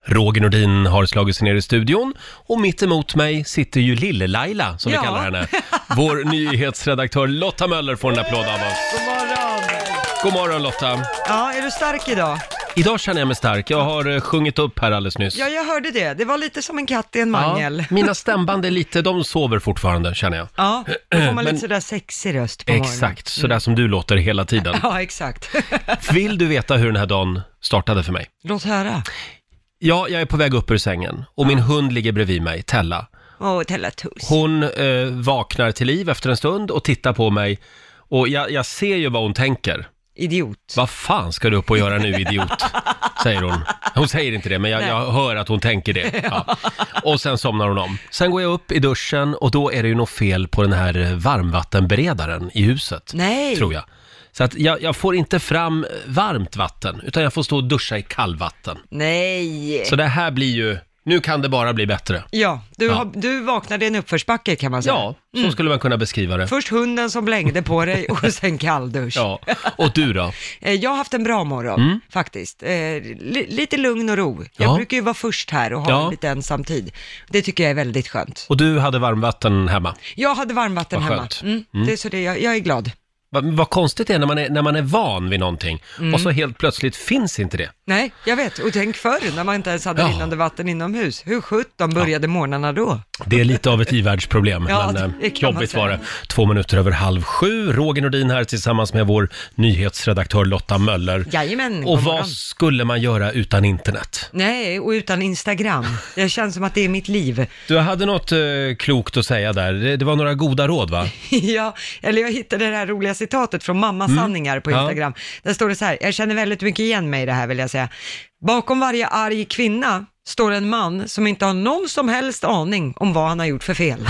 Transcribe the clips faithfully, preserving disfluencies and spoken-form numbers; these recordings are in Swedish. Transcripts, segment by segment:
Roger Nordin har slagit sig ner i studion och mitt emot mig sitter ju Lille-Laila, som Ja. vi kallar henne. Vår nyhetsredaktör Lotta Möller får en applåd av oss. God morgon! God morgon Lotta. Ja, är du stark idag? Idag känner jag mig stark. Jag har eh, sjungit upp här alldeles nyss. Ja, jag hörde det. Det var lite som en katt i en mangel. Ja, mina stämband är lite, de sover fortfarande känner jag. Ja, då får man Men- lite sådär sexig röst på morgonen. Exakt, sådär som du låter hela tiden. Ja, exakt. Vill du veta hur den här dagen startade för mig? Låt höra. Ja, jag är på väg upp ur sängen och min hund ligger bredvid mig, Tella. Åh, Tellatus. Hon eh, vaknar till liv efter en stund och tittar på mig och jag, jag ser ju vad hon tänker. Idiot. Vad fan ska du upp och göra nu, idiot? Säger hon. Hon säger inte det, men jag, jag hör att hon tänker det. Ja. Och sen somnar hon om. Sen går jag upp i duschen och då är det ju något fel på den här varmvattenberedaren i huset. Nej. Tror jag. Så att jag, jag får inte fram varmt vatten, utan jag får stå och duscha i kallvatten. Nej. Så det här blir ju... Nu kan det bara bli bättre. Ja, du, Ja. Har, du vaknade i en uppförsbacke kan man säga. Ja, så skulle man kunna beskriva det. Först hunden som blängde på dig och sen kalldusch. Ja, och du då? Eh, Jag har haft en bra morgon, faktiskt. Eh, li- lite lugn och ro. Jag Ja. brukar ju vara först här och ha Ja. lite ensam tid. Det tycker jag är väldigt skönt. Och du hade varmvatten hemma. Jag hade varmvatten Vad hemma. skönt. Mm, Det är så det, jag, jag är glad. Vad, vad konstigt det är när man är, när man är van vid någonting och så helt plötsligt finns inte det. Nej, jag vet. Och tänk förr när man inte ens hade Ja. rinnande vatten inomhus. Hur sjutton började morgnarna då? Det är lite av ett ivärldsproblem, Ja, men det eh, kan man jobbigt säga. var det. Två minuter över halv sju. Roger Nordin här tillsammans med vår nyhetsredaktör Lotta Möller. Jajamän, Och god vad morgon. skulle man göra utan internet? Nej, och utan Instagram. Det känns som att det är mitt liv. Du hade något eh, klokt att säga där. Det, det var några goda råd, va? Ja, eller jag hittade det här roliga citatet från Mamma Sanningar på Ja. Instagram. Där står det så här, jag känner väldigt mycket igen mig i det här vill jag säga. Bakom varje arg kvinna står en man som inte har någon som helst aning om vad han har gjort för fel.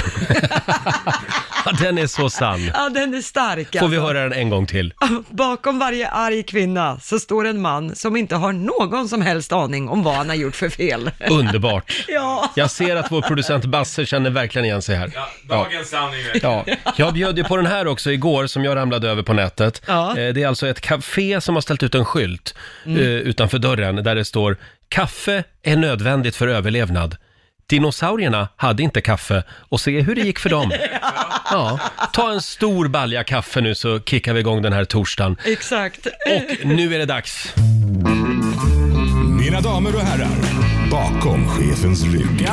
Ja, den är så sann. Ja, den är stark Får vi alltså. höra den en gång till? Bakom varje arg kvinna så står en man som inte har någon som helst aning om vad han har gjort för fel. Underbart. Ja. Jag ser att vår producent Basse känner verkligen igen sig här. Ja, dagens sanning. Ja, jag bjöd ju på den här också igår som jag ramlade över på nätet. Ja. Eh, Det är alltså ett café som har ställt ut en skylt eh, utanför dörren där det står: kaffe är nödvändigt för överlevnad. Dinosaurierna hade inte kaffe och se hur det gick för dem. Ja, ta en stor balja kaffe nu så kickar vi igång den här torsdagen. Exakt. Och nu är det dags. Mina damer och herrar, bakom chefens rygg.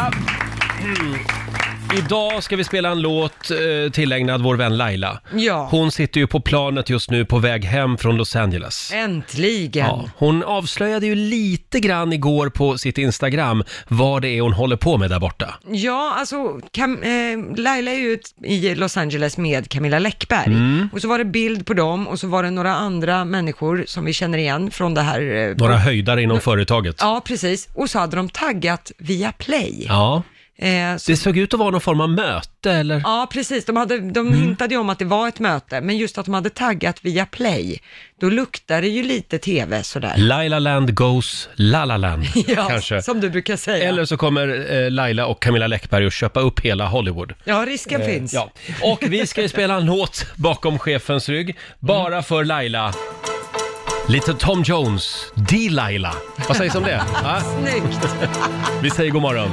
Idag ska vi spela en låt eh, tillägnad vår vän Laila. Ja. Hon sitter ju på planet just nu på väg hem från Los Angeles. Äntligen. Ja, hon avslöjade ju lite grann igår på sitt Instagram vad det är hon håller på med där borta. Ja, alltså Cam- eh, Laila är ju ut i Los Angeles med Camilla Läckberg. Mm. Och så var det bild på dem och så var det några andra människor som vi känner igen från det här. Eh, Några på- höjdare inom företaget. Ja, precis. Och så hade de taggat via Play. Ja, Eh, så... det såg ut att vara någon form av möte eller? Ja, precis. De, hade, de Mm. hintade ju om att det var ett möte, men just att de hade taggat via Play, då luktar det ju lite tv sådär. Laila Land goes La La Land, Ja, kanske. som du brukar säga. Eller så kommer eh, Laila och Camilla Läckberg att köpa upp hela Hollywood. Ja, risken Eh, finns. Ja. Och vi ska ju spela en låt bakom chefens rygg, bara för Laila. Lite Tom Jones, D-Laila. Vad sägs om det? Ja? Snyggt. Vi säger god morgon.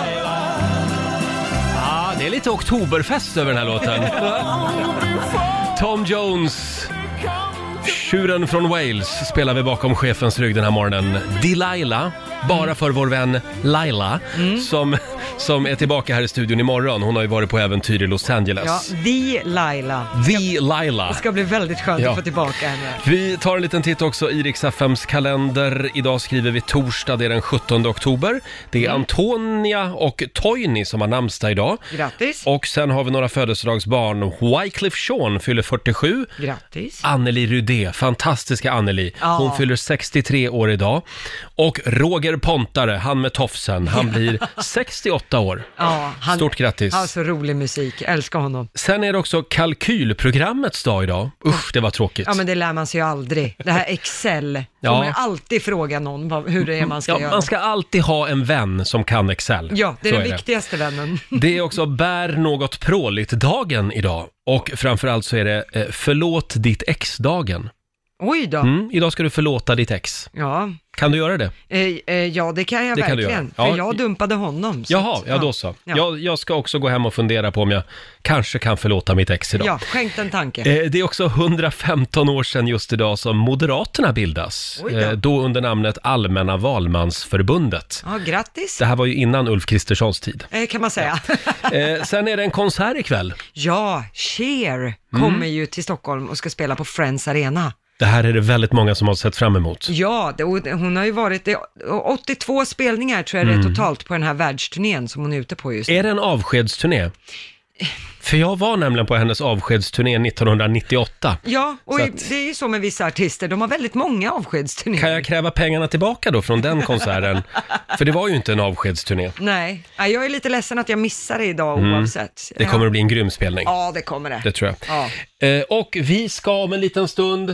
Ja, det är lite oktoberfest över den här låten. Tom Jones, tjuren från Wales, spelar vi bakom chefens rygg den här morgonen. Delilah, bara för vår vän Laila, som, som är tillbaka här i studion imorgon. Hon har ju varit på äventyr i Los Angeles. Ja, the Laila. The Laila. Det ska bli väldigt skönt Ja. att få tillbaka henne. Vi tar en liten titt också i Rix F M:s kalender. Idag skriver vi torsdag, det är den sjuttonde oktober. Det är Antonia och Toini som har namnsdag idag. Grattis. Och sen har vi några födelsedagsbarn. Wycliffe Jean fyller fyrtiosju. Grattis. Anneli Rudé, fantastiska Anneli. Ja. Hon fyller sextiotre år idag. Och Roger Pontare, han med tofsen, han blir sextioåtta år. Ja, han, Stort grattis. Han har så rolig musik, älskar honom. Sen är det också kalkylprogrammets dag idag. Usch, det var tråkigt. Ja, men det lär man sig ju aldrig. Det här Excel, får Ja. man ju alltid fråga någon vad, hur det är man ska Ja, göra. man ska alltid ha en vän som kan Excel. Ja, det är Så den viktigaste vännen. Det är också bär något pråligt-dagen idag. Och framförallt så är det eh, förlåt ditt ex-dagen. Oj då. Mm, idag ska du förlåta ditt ex. Ja. Kan du göra det? Eh, eh, ja, det kan jag Det kan du verkligen. göra. Ja. För jag dumpade honom. Så Jaha, att, ja då så. Ja. Jag, jag ska också gå hem och fundera på om jag kanske kan förlåta mitt ex idag. Ja, skänk en tanke. Eh, Det är också hundrafemton år sedan just idag som Moderaterna bildas. Oj då. Eh, Då under namnet Allmänna valmansförbundet. Ja, grattis. Det här var ju innan Ulf Kristerssons tid. Eh, kan man säga. Eh, sen är det en konsert ikväll. Ja, Cher Mm. kommer ju till Stockholm och ska spela på Friends Arena. Det här är det väldigt många som har sett fram emot. Ja, det, och hon har ju varit i åttiotvå spelningar tror jag det är totalt på den här världsturnén som hon är ute på just nu. Är det en avskedsturné? För jag var nämligen på hennes avskedsturné nittonhundranittioåtta. Ja, och Så i- att- det är ju så med vissa artister, de har väldigt många avskedsturnéer. Kan jag kräva pengarna tillbaka då från den konserten? För det var ju inte en avskedsturné. Nej, Ja, jag är lite ledsen att jag missar det idag oavsett. Det kommer att bli en grym spelning. Ja, det kommer det. Det tror jag. Ja. Eh, och vi ska om en liten stund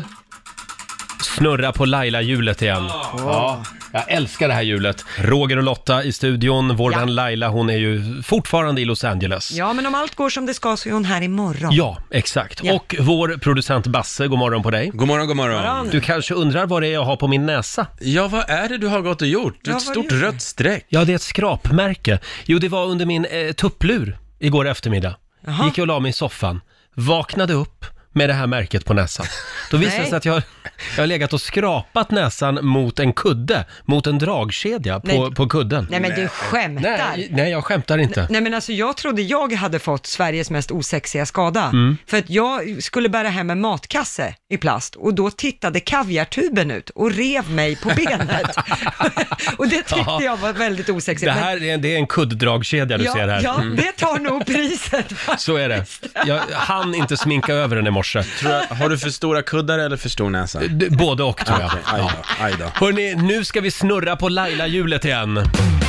snurra på Laila-hjulet igen. Ja, jag älskar det här hjulet. Roger och Lotta i studion. Vår Ja. vän Laila, hon är ju fortfarande i Los Angeles. Ja, men om allt går som det ska så är hon här imorgon. Ja, exakt. Ja. Och vår producent Basse, god morgon på dig. God morgon, god morgon. morgon. Du kanske undrar vad det är jag har på min näsa? Ja, vad är det du har gått och gjort? Ja, Ett vad stort är det? rött streck. Ja, det är ett skrapmärke. Jo, det var under min eh, tupplur igår eftermiddag. Jaha. Gick jag och la mig i soffan, vaknade upp med det här märket på näsan. Då visade det Nej. sig att jag, jag har legat och skrapat näsan mot en kudde, mot en dragkedja på, Nej. på kudden. Nej, men du skämtar. nej, nej, jag skämtar inte. Nej men alltså jag trodde jag hade fått Sveriges mest osexiga skada. Mm. För att jag skulle bära hem en matkasse i plast och då tittade kaviartuben ut och rev mig på benet. och det tyckte Ja. jag var väldigt osexigt. Det här är, det är en kudddragkedja du ja, ser här. Ja, Mm. det tar nog priset. Så är det. Jag hann inte sminka över den i morse. Tror jag, har du för stora kuddar eller för stor näsa? D- Både och tror jag. Okej, aj då, aj då. Hörrni, nu ska vi snurra på Laila-hjulet igen.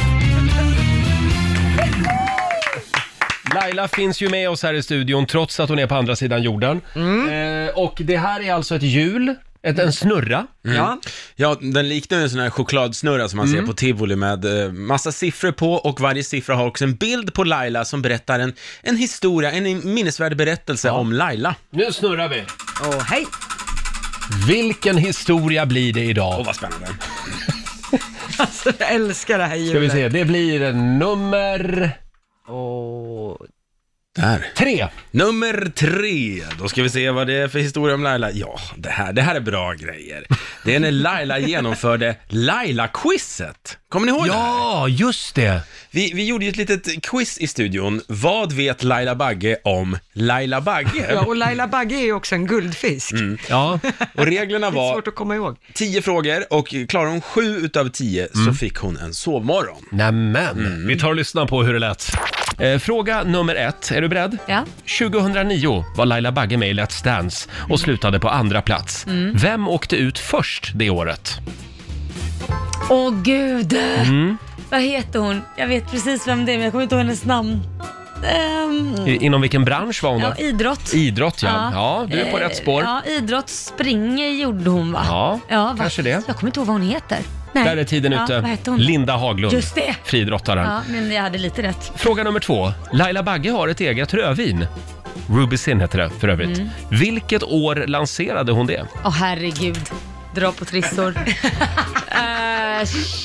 Laila finns ju med oss här i studion trots att hon är på andra sidan jorden. Eh, och det här är alltså ett hjul, ett, en snurra. Ja. Ja, den liknar en sån här chokladsnurra som man ser på tivoli med eh, massa siffror på, och varje siffra har också en bild på Laila som berättar en, en historia, en minnesvärd berättelse om Laila. Nu snurrar vi. Åh, hej. Vilken historia blir det idag? Åh, vad spännande. Alltså jag älskar det här hjulet. Ska vi se, det blir nummer Åh. Där. tre. Nummer tre, då ska vi se vad det är för historia om Laila. Ja, det här, det här är bra grejer. Det är när Laila genomförde Laila-quizet. Kommer ni ihåg det här? Ja, just det. Vi, vi gjorde ju ett litet quiz i studion. Vad vet Laila Bagge om Laila Bagge? Ja, och Laila Bagge är ju också en guldfisk. Ja, Och reglerna Det är var svårt att komma ihåg. tio frågor, och klarar hon sju utav tio så fick hon en sovmorgon. nämen. Vi tar och lyssnar på hur det lät. Eh, fråga nummer ett, är du beredd? Ja. tjugohundranio var Laila Bagge med i Let's Dance och slutade på andra plats. Vem åkte ut först det året? Åh gud! Mm. Vad heter hon? Jag vet precis vem det är men jag kommer inte ihåg hennes namn. Ehm, I, inom vilken bransch var hon då? ja, idrott. Idrott, ja. Ja, du är på Eh, rätt spår. Ja, idrott springer gjorde hon va? Ja, va? kanske det. Jag kommer inte ihåg vad hon heter. Nej. Där är tiden ja, ute. Vad heter hon? Linda Haglund, Just det. friidrottaren. Ja, men jag hade lite rätt. Fråga nummer två. Laila Bagge har ett eget rödvin. Ruby Sin heter det för övrigt. Mm. Vilket år lanserade hon det? Åh herregud. Dra på trissor. uh,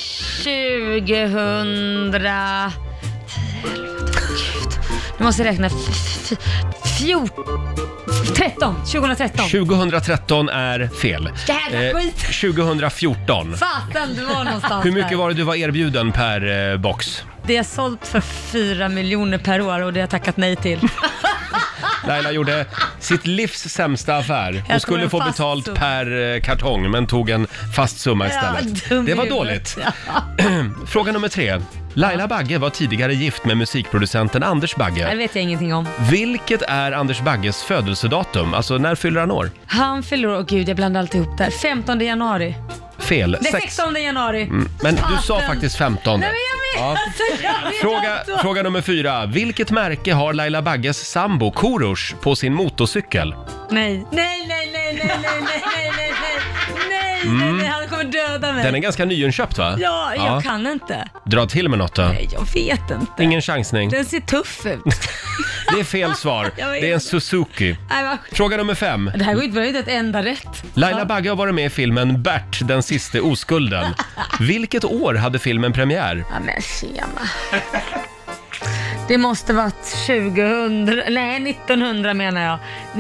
tjugohundra... Gud. Nu måste jag räkna. fjorton... tretton. tjugohundratretton. tjugohundratretton är fel. Jävla skit. tjugohundrafjorton. Fasen, du var någonstans Hur mycket där. var det du var erbjuden per eh, box? Det är sålt för fyra miljoner per år och det har jag tackat nej till. Laila gjorde sitt livs sämsta affär. Hon tog skulle en få fast betalt summa. per eh, kartong men tog en fast summa Ja, istället. dum Det var i huvudet. dåligt. Ja. Fråga nummer tre. Laila Bagge var tidigare gift med musikproducenten Anders Det Bagge. vet jag ingenting om. Vilket är Anders Bagges födelsedatum? Alltså när fyller han år? Han fyller år, gud jag blandar alltid ihop där. femtonde januari. Fel. Det är Sex- sextonde januari. Men du sa Fasen. faktiskt femton. Nej men jag vet, Ja. alltså, jag vet Fråga, inte. fråga nummer fyra. Vilket märke har Laila Bagges sambo Korosh på sin motorcykel? Nej. Nej, nej, nej, nej, nej, nej, nej, nej, nej, nej, nej, han kommer döda mig. Den är ganska nyinköpt va? Ja, jag Ja. kan inte. Dra till med något då. Nej, jag vet inte. Ingen chansning. Den ser tuff ut. Det är fel svar. Jag vet Det är en inte. Suzuki. Nej, vad... Fråga nummer fem. Det här går inte, inte ett enda rätt. Laila Ja. Bagge har varit med i filmen Bert, den sista oskulden. Vilket år hade filmen premiär? Ja, men tjena. Det måste varit tjugohundra, nej nittonhundra menar jag.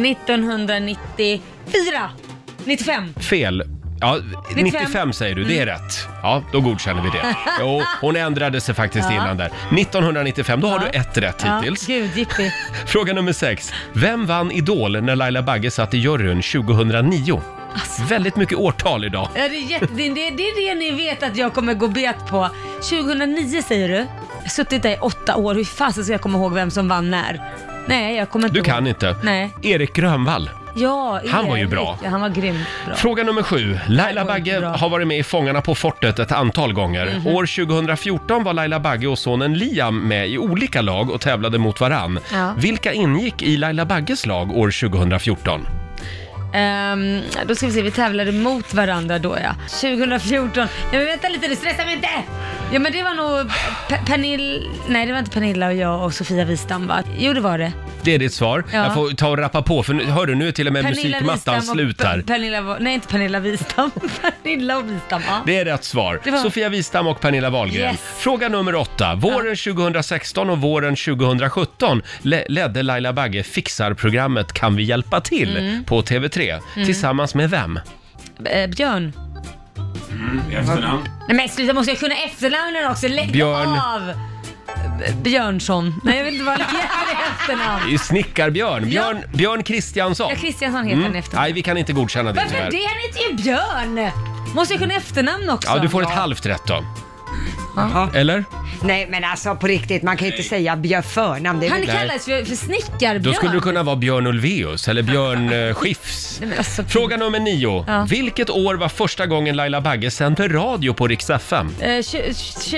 nittonhundranittiofyra. nittiofem. Fel. Ja, nittiofem. nittiofem säger du, det är rätt. Ja, då godkänner vi det. Jo, hon ändrade sig faktiskt Ja. innan där. nittonhundranittiofem, då har Ja. du ett rätt Ja, hittills. gud, jippi. Fråga nummer sex. Vem vann Idol när Laila Bagge satt i juryn tjugohundranio? Alltså. Väldigt mycket årtal idag. Ja, det, är jätte, det, det, det är det ni vet att jag kommer gå bet på. tjugohundranio säger du? Jag har suttit där i åtta år. Hur fasen ska jag komma ihåg vem som vann när? Nej, jag kommer inte Du ihåg. kan inte. Nej. Erik Grönvall. Ja, Han var ju Erik. bra. Ja, han var grymt bra. Fråga nummer sju. Laila Det var Bagge bra. har varit med i Fångarna på fortet ett antal gånger. Mhm. År tjugohundrafjorton var Laila Bagge och sonen Liam med i olika lag och tävlade mot varann. Ja. Vilka ingick i Laila Bagges lag år tjugohundrafjorton? Ehm, då ska vi se, vi tävlade mot varandra då ja. tjugohundrafjorton. Ja, men vänta lite, du stressar mig inte! Ja, men det var nog P- Pernilla, nej det var inte Pernilla och jag och Sofia Wistam va? Jo, det var det. Det är ditt svar. Ja. Jag får ta och rappa på, för nu, hör du, nu är till och med musikmattan Wistam och slut här. Per- Pernilla, var- nej inte Pernilla Wistam, Pernilla och Wistam, ja. Det är rätt svar. Det var- Sofia Wistam och Pernilla Wahlgren. Yes. Fråga nummer åtta. Våren tjugohundrasexton och våren tjugohundrasjutton le- ledde Laila Bagge fixarprogrammet Kan vi hjälpa till Mm. på T V tre. Tillsammans med vem? Eh, Björn. Efternamn. Nej men sluta, måste jag kunna efternamnen också? Lägg Björn. av! B- Björnsson. Nej jag vet inte vad det heter i efternamn. I Snickarbjörn. Björn, Björn Kristiansson. Ja, Kristiansson heter han i efternamn. Nej, vi kan inte godkänna det Varför tyvärr. det? Han heter ju Björn! Måste jag kunna efternamn också? Ja, du får ett halvt rätt då. Jaha. Eller? Nej, men alltså på riktigt, man kan ju inte säga Björn förnamn. Det är Han väl... kallas för, för Snickarbjörn. Då skulle du kunna vara Björn Ulvaeus eller Björn eh, Skifs. Nej, men alltså, Fråga nummer nio. Ja. Vilket år var första gången Laila Bagge sände radio på Rix F M? eh, tju-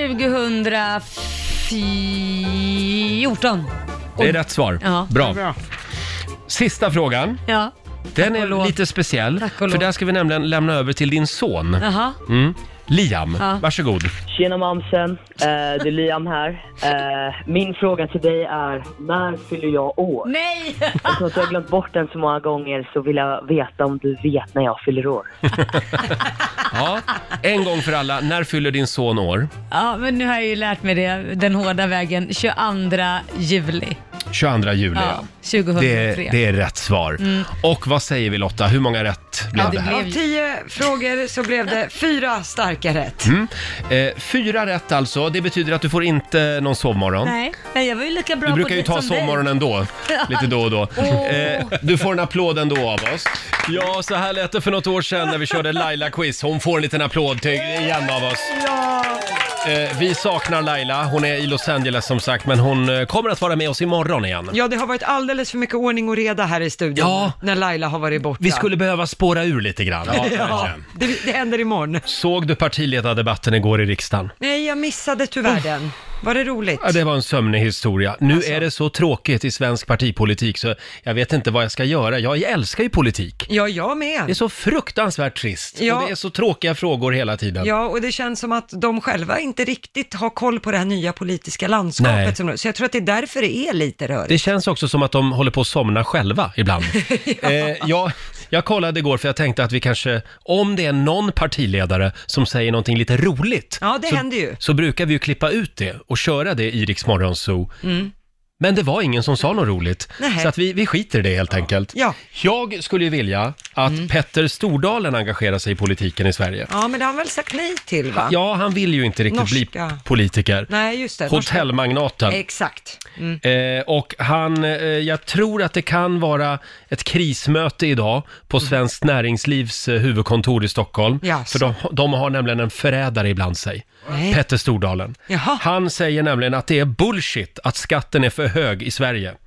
tjugohundrafjorton. Det är rätt svar. Ja. Bra. Bra. Sista frågan. Ja. Den Tack och är lov. lite speciell, Tack och för lov. där ska vi nämligen lämna över till din son. Jaha. Mm. Liam, Ja. varsågod. Tjena mamsen, eh, det är Liam här. Eh, min fråga till dig är, när fyller jag år? Nej! Eftersom att jag har glömt bort den så många gånger så vill jag veta om du vet när jag fyller år. Ja, en gång för alla, när fyller din son år? Ja, men nu har jag ju lärt mig det den hårda vägen. tjugoandra juli. tjugoandra juli. Ja, tjugohundratre. Det, det är rätt svar. Och vad säger vi Lotta, hur många rätt blev Ja, det det här? blev- Av tio frågor så blev det fyra starka rätt. Mm. Eh, fyra rätt alltså, det betyder att du får inte någon sovmorgon. Nej, men jag var ju lika bra Du på brukar ju det ta som dig. sovmorgon ändå, lite då och då. Åh. Eh, du får en applåd ändå av oss. Ja, så här lät det för något år sedan när vi körde Laila-quiz. Hon får en liten applåd till, igen av oss. Eh, vi saknar Laila, hon är i Los Angeles som sagt, men hon eh, kommer att vara med oss imorgon igen. Ja, det har varit alldeles för mycket ordning och reda här i studion Ja. när Laila har varit borta. Vi skulle behöva spåra ur lite grann. Ja, Ja, verkligen. det, det händer imorgon. Såg du partiledardebatten igår i riksdagen? Nej, jag missade tyvärr den. Var det roligt? Ja, det var en sömnig historia. Nu Alltså. är det så tråkigt i svensk partipolitik så jag vet inte vad jag ska göra. Jag älskar ju politik. Ja, jag med. Det är så fruktansvärt trist. Ja. Och det är så tråkiga frågor hela tiden. Ja, och det känns som att de själva inte riktigt har koll på det här nya politiska landskapet. Nej. Som, så jag tror att det är därför det är lite rörigt. Det känns också som att de håller på att somna själva ibland. ja. eh, jag, jag kollade igår för jag tänkte att vi kanske, om det är någon partiledare som säger någonting lite roligt, Ja, det så, händer ju. så brukar vi ju klippa ut det och köra det i Rix Morgon Zoo. Mm. Men det var ingen som sa något roligt, Nähä. så att vi, vi skiter i det helt enkelt. Ja. Jag skulle ju vilja att Petter Stordalen engagerar sig i politiken i Sverige. Ja, men det har han väl sagt nej till, va? Ja, han vill ju inte riktigt bli Norska. politiker. Nej, just det. Norska. Hotellmagnaten. Exakt. Mm. Eh, och han, eh, jag tror att det kan vara ett krismöte idag på Svenskt Näringslivs eh, huvudkontor i Stockholm. Jaså. För de, de har nämligen en förrädare ibland sig. Nej. Petter Stordalen. Jaha. Han säger nämligen att det är bullshit att skatten är för hög i Sverige.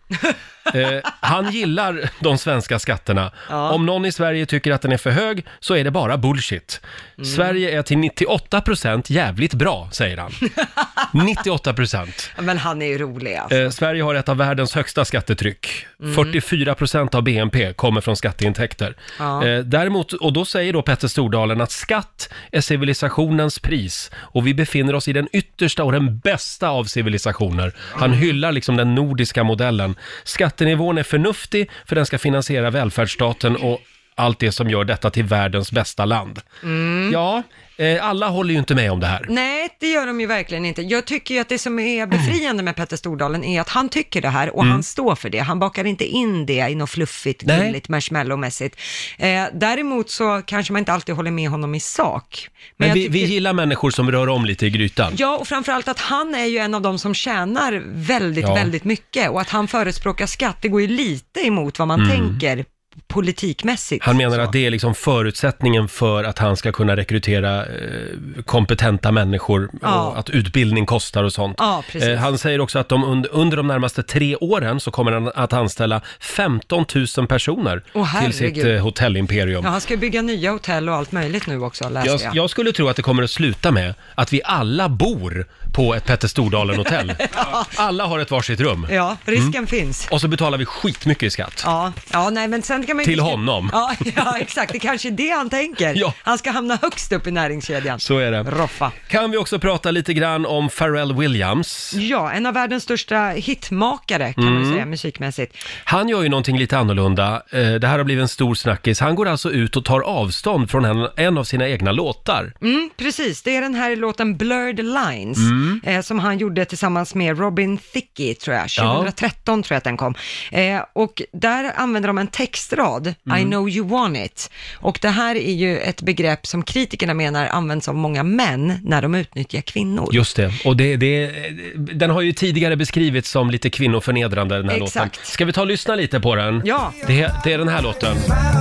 Eh, han gillar de svenska skatterna. Ja. Om någon i Sverige tycker att den är för hög så är det bara bullshit. Mm. Sverige är till nittioåtta procent jävligt bra, säger han. nittioåtta procent. Ja, men han är ju rolig alltså. Eh, Sverige har ett av världens högsta skattetryck. fyrtiofyra procent av B N P kommer från skatteintäkter. Ja. Eh, däremot, och då säger då Petter Stordalen att skatt är civilisationens pris och vi befinner oss i den yttersta och den bästa av civilisationer. Han hyllar liksom den nordiska modellen. Skattenivån är förnuftig för den ska finansiera välfärdsstaten och allt det som gör detta till världens bästa land. Mm. Ja, eh, alla håller ju inte med om det här. Nej, det gör de ju verkligen inte. Jag tycker ju att det som är befriande med Petter Stordalen är att han tycker det här och Mm. han står för det. Han bakar inte in det i något fluffigt, Nej. gulligt, marshmallow-mässigt. Eh, däremot så kanske man inte alltid håller med honom i sak. Men jag vi, tycker... vi gillar människor som rör om lite i grytan. Ja, och framförallt att han är ju en av dem som tjänar väldigt, Ja. väldigt mycket och att han förespråkar skatt, det går ju lite emot vad man Mm. tänker politikmässigt. Han menar så. att det är liksom förutsättningen för att han ska kunna rekrytera eh, kompetenta människor Ja. och att utbildning kostar och sånt. Ja, precis. Eh, han säger också att de under, under de närmaste tre åren så kommer han att anställa femton tusen personer Åh, till sitt herregud. eh, hotellimperium. Ja, han ska bygga nya hotell och allt möjligt nu också, läste Jag, jag. jag skulle tro att det kommer att sluta med att vi alla bor på ett Petter Stordalen-hotell. Alla har ett varsitt rum. Ja, risken Mm. finns. Och så betalar vi skitmycket i skatt. Ja, ja, nej men sen kan man ju... Till honom. Ja, ja, exakt. Det kanske är det han tänker. Ja. Han ska hamna högst upp i näringskedjan. Så är det. Roffa. Kan vi också prata lite grann om Pharrell Williams? Ja, en av världens största hitmakare kan Mm. man ju säga musikmässigt. Han gör ju någonting lite annorlunda. Eh, Det här har blivit en stor snackis. Han går alltså ut och tar avstånd från en, en av sina egna låtar. Mm, precis, det är den här låten Blurred Lines Mm. eh, som han gjorde tillsammans med Robin Thicke, tror jag. tjugohundratretton tror jag att den kom. Eh, och där använder de en textrad, Mm. I know you want it. Och det här är ju ett begrepp som kritikerna menar används av många män när de utnyttjar kvinnor. Just det. Och det, det, den har ju tidigare beskrivits som lite kvinnoförnedrande, den här Exakt. låten. Ska vi ta och lyssna lite på den? Ja. Det, det är den här låten.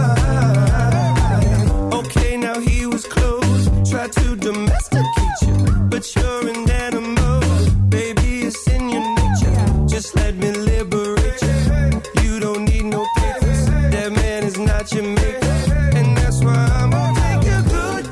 Okay, now he was close. Try to domesticate you, but you're an animal. Baby, it's in your nature. Just let me liberate you. You don't need no papers. That man is not your maker. And that's why I'm gonna take a good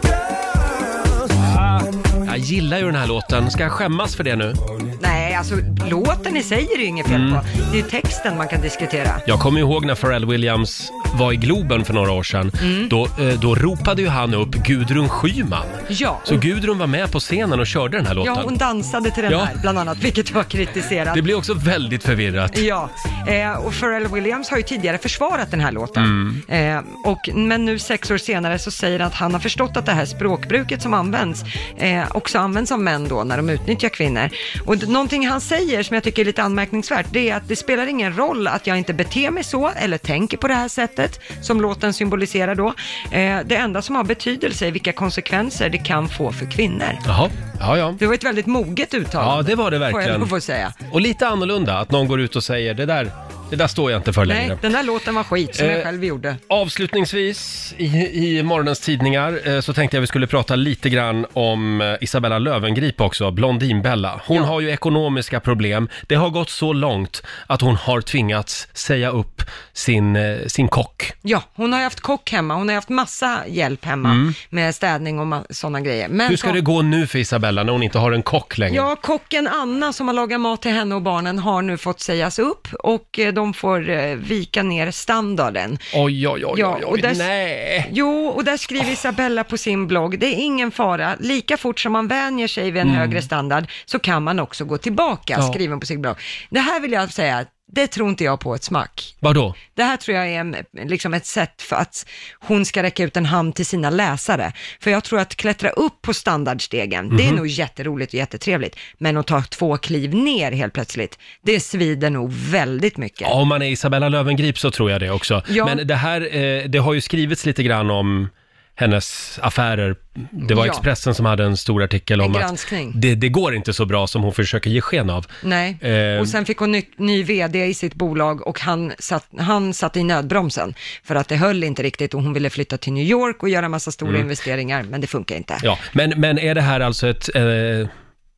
girl. Jag gillar ju den här låten. Ska jag skämmas för det nu? Nej, alltså låten i sig är det ju inget fel Mm. på. Det är ju texten man kan diskutera. Jag kommer ihåg när Pharrell Williams var i Globen för några år sedan. Mm. Då, eh, då ropade ju han upp Gudrun Schyman. Ja, Så Gudrun var med på scenen och körde den här låten. ja, hon dansade till den Ja. här, bland annat, vilket var kritiserat. Det blir också väldigt förvirrat. Ja, eh, och Pharrell Williams har ju tidigare försvarat den här låten. Mm. Eh, och, men nu sex år senare så säger han att han har förstått att det här språkbruket som används eh, också används av män då när de utnyttjar kvinnor. Och d- någonting han säger som jag tycker är lite anmärkningsvärt, det är att det spelar ingen roll att jag inte beter mig så eller tänker på det här sättet som låten symboliserar då. Eh, det enda som har betydelse är vilka konsekvenser det kan få för kvinnor. Jaha, ja ja. Det var ett väldigt moget uttalande. Ja, det var det Får jag verkligen. nog få säga. Och lite annorlunda, att någon går ut och säger det där, det där står jag inte för längre. Nej, den där låten var skit som jag Eh, själv gjorde. Avslutningsvis i, i morgonens tidningar eh, så tänkte jag vi skulle prata lite grann om eh, Isabella Löwengrip också, Blondinbella. Hon Ja. har ju ekonomiska problem. Det har gått så långt att hon har tvingats säga upp sin, eh, sin kock. Ja, hon har ju haft kock hemma, hon har haft massa hjälp hemma med städning och ma- sådana grejer. Men Mm. Hur ska så- det gå nu för Isabella när hon inte har en kock längre? Ja, kocken Anna som har lagat mat till henne och barnen har nu fått sägas upp och eh, de får eh, vika ner standarden. Oj, oj, oj, Ja, oj, och oj. där- nej. Jo, och där skriver Isabella på sin blogg, det är ingen fara, lika fort som man vänjer sig vid en högre standard så kan man också gå tillbaka, Mm. Ja. skriver hon på sin blogg. Det här vill jag säga, det tror inte jag på ett smack. Vadå? Det här tror jag är en, liksom ett sätt för att hon ska räcka ut en hand till sina läsare. För jag tror att klättra upp på standardstegen, det är Mhm. nog jätteroligt och jättetrevligt. Men att ta två kliv ner helt plötsligt, det svider nog väldigt mycket. Ja, om man är Isabella Löwengrip så tror jag det också. Ja. Men det här, eh, det har ju skrivits lite grann om hennes affärer. Det var Ja. Expressen som hade en stor artikel En om granskning. att det, det går inte så bra som hon försöker ge sken av. Nej, Eh. och sen fick hon ny, ny vd i sitt bolag och han satt, han satt i nödbromsen för att det höll inte riktigt och hon ville flytta till New York och göra massa stora investeringar, men det funkar inte. Ja, men, men är det här alltså ett, eh,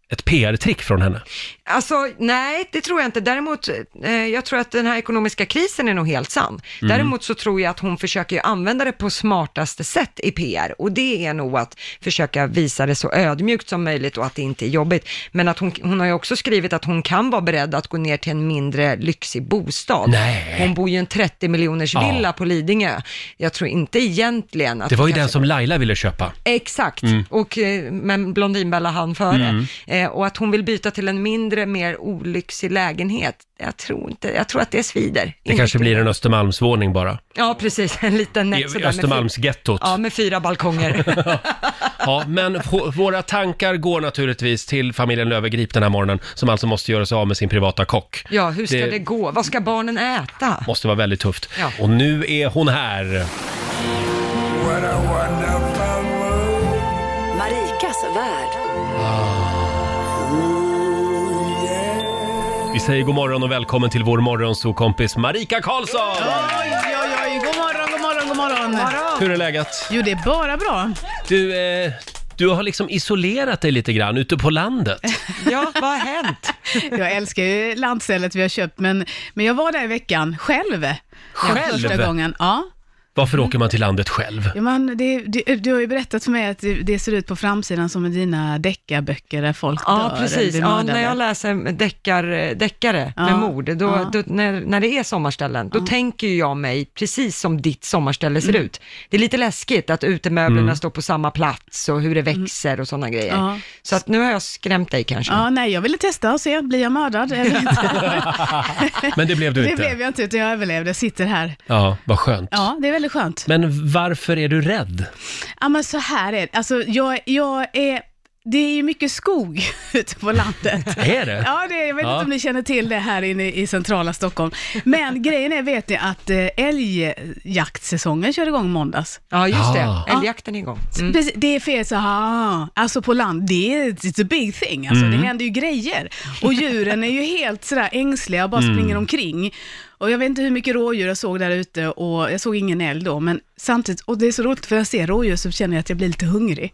ett P R-trick från henne? Alltså, nej, det tror jag inte. Däremot, eh, jag tror att den här ekonomiska krisen är nog helt sann. Mm. Däremot så tror jag att hon försöker ju använda det på smartaste sätt i P R. Och det är nog att försöka visa det så ödmjukt som möjligt och att det inte är jobbigt. Men att hon, hon har ju också skrivit att hon kan vara beredd att gå ner till en mindre lyxig bostad. Nej. Hon bor ju i en trettio miljoners villa Ja. på Lidingö. Jag tror inte egentligen att... Det var ju hon den kanske- som Laila ville köpa. Exakt, Mm. och eh, men Blondinbella hann före. Mm. Eh, och att hon vill byta till en mindre, mer olyxig lägenhet. Jag tror inte, jag tror att det svider. Det kanske blir en Östermalmsvåning bara. Ja, precis. En liten I nätt sådär med fy- Östermalmsgettot. Ja, med fyra balkonger. Ja, men v- våra tankar går naturligtvis till familjen Löfvegrip den här morgonen, som alltså måste göra sig av med sin privata kock. Ja, hur ska Det- det, gå? Vad ska barnen äta? Måste vara väldigt tufft. Ja. Och nu är hon här. What a wonderful world. Marikas värld. Vi säger god morgon och välkommen till vår morgonsokompis Marika Karlsson! Oj, oj, oj. God morgon, god morgon, god morgon. Hur är läget? Jo, det är bara bra. Du, eh, du har liksom isolerat dig lite grann ute på landet. Ja, vad har hänt? Jag älskar ju landstället vi har köpt, men, men jag var där i veckan själv. Själv? Första gången, ja. Varför åker man till landet själv? Ja, man, det, det, du har ju berättat för mig att det, det ser ut på framsidan som med dina deckarböcker där folk Ja, dör precis. eller blir Ja, mördade. när jag läser deckar, deckare Ja. med mord, då, Ja. då, när, när det är sommarställen, då tänker ju jag mig precis som ditt sommarställe ser ut. Det är lite läskigt att utemöblerna Mm. står på samma plats och hur det växer och sådana grejer. Ja. Så att nu har jag skrämt dig kanske. Ja, nej, jag ville testa och se, blir jag mördad eller inte? Men det blev du Det inte. blev jag inte, utan jag överlevde, sitter här. Ja, vad skönt. Ja, det är väldigt skönt. Men varför är du rädd? Ja, men så här är det. Alltså, jag, jag är... Det är ju mycket skog ute på landet. Är det? Ja, det, jag vet Ja. inte om ni känner till det här inne i centrala Stockholm. Men grejen är, vet ni, att eh, älgjaktsäsongen kör igång måndags. Ja, just Ah. det. Älgjakten är igång. Mm. Precis, det är fel så här, alltså på land, det är it's a big thing, alltså Mm. det händer ju grejer. Och djuren är ju helt sådär ängsliga och bara Mm. springer omkring. Och jag vet inte hur mycket rådjur jag såg där ute och jag såg ingen älg då, men samtidigt, och det är så roligt för jag ser rådjur så känner jag att jag blir lite hungrig.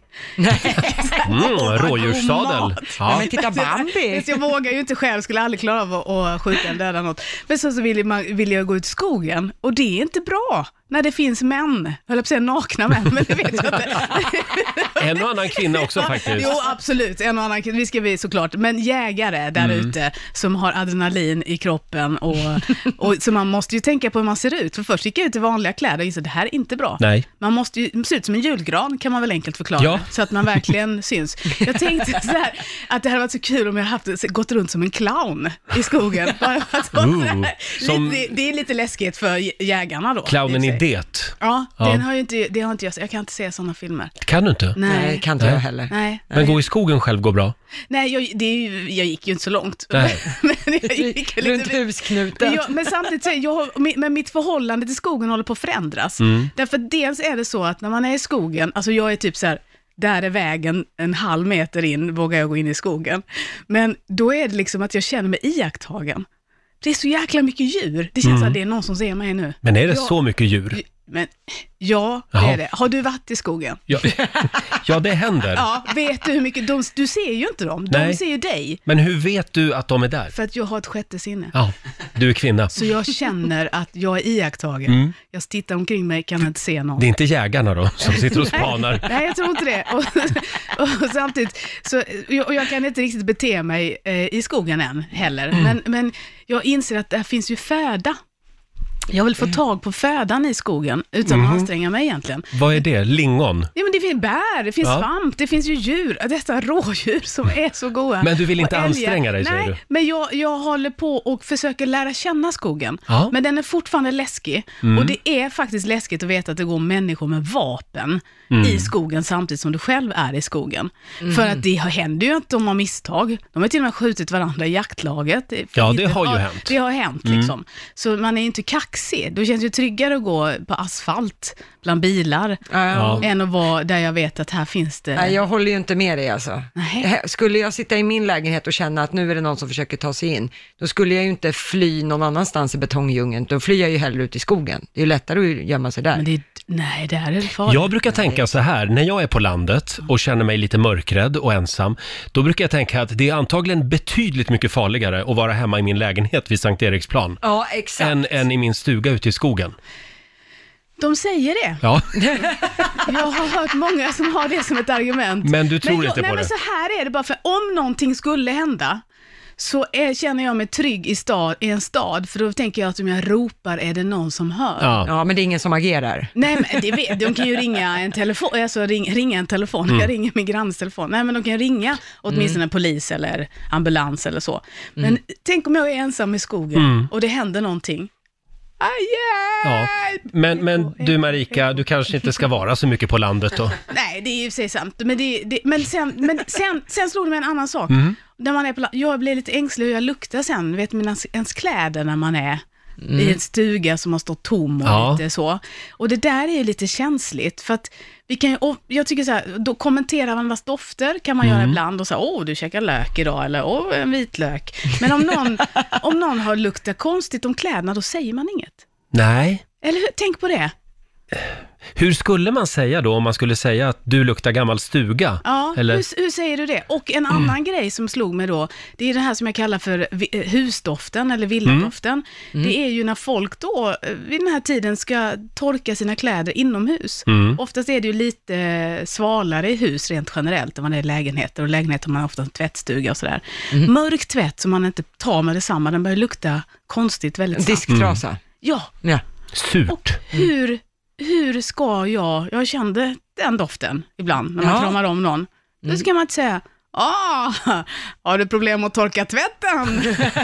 Mm, rådjurssadel. Ja, Ja. men titta Bambi. Så jag vågar ju inte själv, skulle aldrig klara av att, att skjuta eller döda något. Men så, så vill, man, vill jag gå ut i skogen och det är inte bra när det finns män, jag höll på att säga nakna män, men det vet jag inte. En och annan kvinna också faktiskt. Jo, absolut, en och annan, vi ska vi såklart, men jägare där Mm. ute som har adrenalin i kroppen och, och så man måste ju tänka på hur man ser ut, för först gick jag ut i vanliga kläder och insåg det här är inte bra. Nej. Man måste ju se ut som en julgran, kan man väl enkelt förklara, Ja. så att man verkligen syns. Jag tänkte så här, att det hade varit så kul om jag haft gått runt som en clown i skogen. Bara för att vara Ooh, så här. som- Lite, det är lite läskigt för jägarna då. Clownen i i och för sig. det. Ja, Ja. Den har ju inte, det har inte jag, jag kan inte se sådana filmer. Kan du inte? Nej, Nej, kan inte jag heller. nej. Men gå i skogen själv går bra. Nej, jag, det är ju, jag gick ju inte så långt. Nej. Men jag gick ju Runt lite... husknuten. Men, jag, men samtidigt, så är jag, men mitt förhållande till skogen håller på att förändras. Mm. Därför att dels är det så att när man är i skogen, alltså jag är typ så här, där är vägen en halv meter in, vågar jag gå in i skogen. Men då är det liksom att jag känner mig iakttagen. Det är så jäkla mycket djur. Det känns Mm. att det är någon som ser mig nu. Men är det Ja. så mycket djur? Men ja, det Jaha. är det. Har du varit i skogen? Ja, ja det händer. Ja, vet du hur mycket, de, du ser ju inte dem, de Nej. ser ju dig. Men hur vet du att de är där? För att jag har ett sjätte sinne. Ja, du är kvinna. Så jag känner att jag är iakttagen. Mm. Jag tittar omkring mig, kan inte se någon. Det är inte jägarna då som sitter och spanar. Nej, jag tror inte det. Och, och samtidigt, så, och jag kan inte riktigt bete mig eh, i skogen än heller. Mm. Men, men jag inser att det finns ju föda. Jag vill få tag på födan i skogen utan Mhm. att anstränga mig egentligen. Vad är det? Lingon? Ja, men det finns bär, det finns Ja. svamp, det finns ju djur, dessa rådjur som är så goda. Men du vill inte Och älgar. anstränga dig, säger Nej, du? men jag, jag håller på och försöker lära känna skogen. Ja. Men den är fortfarande läskig. Mm. Och det är faktiskt läskigt att veta att det går människor med vapen Mm. i skogen samtidigt som du själv är i skogen. För att det händer ju att de har misstag. De har till och med skjutit varandra i jaktlaget. Ja, det har ju hänt. Det har hänt Mm. liksom. Så man är ju inte kaxig kaxig. Då känns det ju tryggare att gå på asfalt bland bilar Ja. än att vara där jag vet att här finns det... Nej, jag håller ju inte med dig alltså. Nej. Skulle jag sitta i min lägenhet och känna att nu är det någon som försöker ta sig in, då skulle jag ju inte fly någon annanstans i betongdjungeln. Då flyr jag ju hellre ut i skogen. Det är ju lättare att gömma sig där. Men det är, nej, det här är farligt. Jag brukar tänka så här, när jag är på landet och känner mig lite mörkrädd och ensam, då brukar jag tänka att det är antagligen betydligt mycket farligare att vara hemma i min lägenhet vid Sankt Eriksplan Ja, exakt. än, än i min stuga ute i skogen. De säger det. Ja, Jag har hört många som har det som ett argument. men du tror men jag, inte nej, på men det. så här är det bara, för om någonting skulle hända så är, känner jag mig trygg i, stad, i en stad, för då tänker jag att om jag ropar är det någon som hör. Ja. Ja, men det är ingen som agerar. Nej, men det vet, de kan ju ringa en telefon, alltså ring, ringa en telefon, Mm. jag ringer min granns telefon. Nej, men de kan ringa åtminstone en polis eller ambulans eller så. Men Mm. tänk om jag är ensam i skogen och det händer någonting. Aj, Ja. Men, men du Marika, du kanske inte ska vara så mycket på landet då. Nej, det är ju sig sant. Men, det, det, men, sen, men sen, sen slog det mig en annan sak. Mm. När man är på, jag blir lite ängslig hur jag luktar sen. Vet man ens kläder när man är i en stuga som har stått tom och Ja. lite så. Och det där är ju lite känsligt. För att vi kan ju, och jag tycker så här, då kommentera varandras dofter kan man Mm. göra ibland och säga, åh du käkar lök idag eller åh en vitlök. Men om någon, om någon har luktat konstigt om kläderna, då säger man inget. Nej. Eller hur? Tänk på det. Hur skulle man säga då om man skulle säga att du luktar gammal stuga? Ja, Eller? hur, hur säger du det? Och en annan grej som slog mig då, det är det här som jag kallar för vi- eh, husdoften eller villadoften. Det är ju när folk då eh, vid den här tiden ska torka sina kläder inomhus. Mm. Oftast är det ju lite eh, svalare i hus rent generellt än vad det är lägenheter. Och lägenheter har man ofta en tvättstuga och sådär. Mörk tvätt som man inte tar med detsamma, den börjar lukta konstigt väldigt En snabbt. disktrasa. Ja, Ja. Surt. och hur, hur ska jag, jag kände den doften ibland när man Ja. kramar om någon. Då ska man inte säga, ah, har du problem att torka tvätten?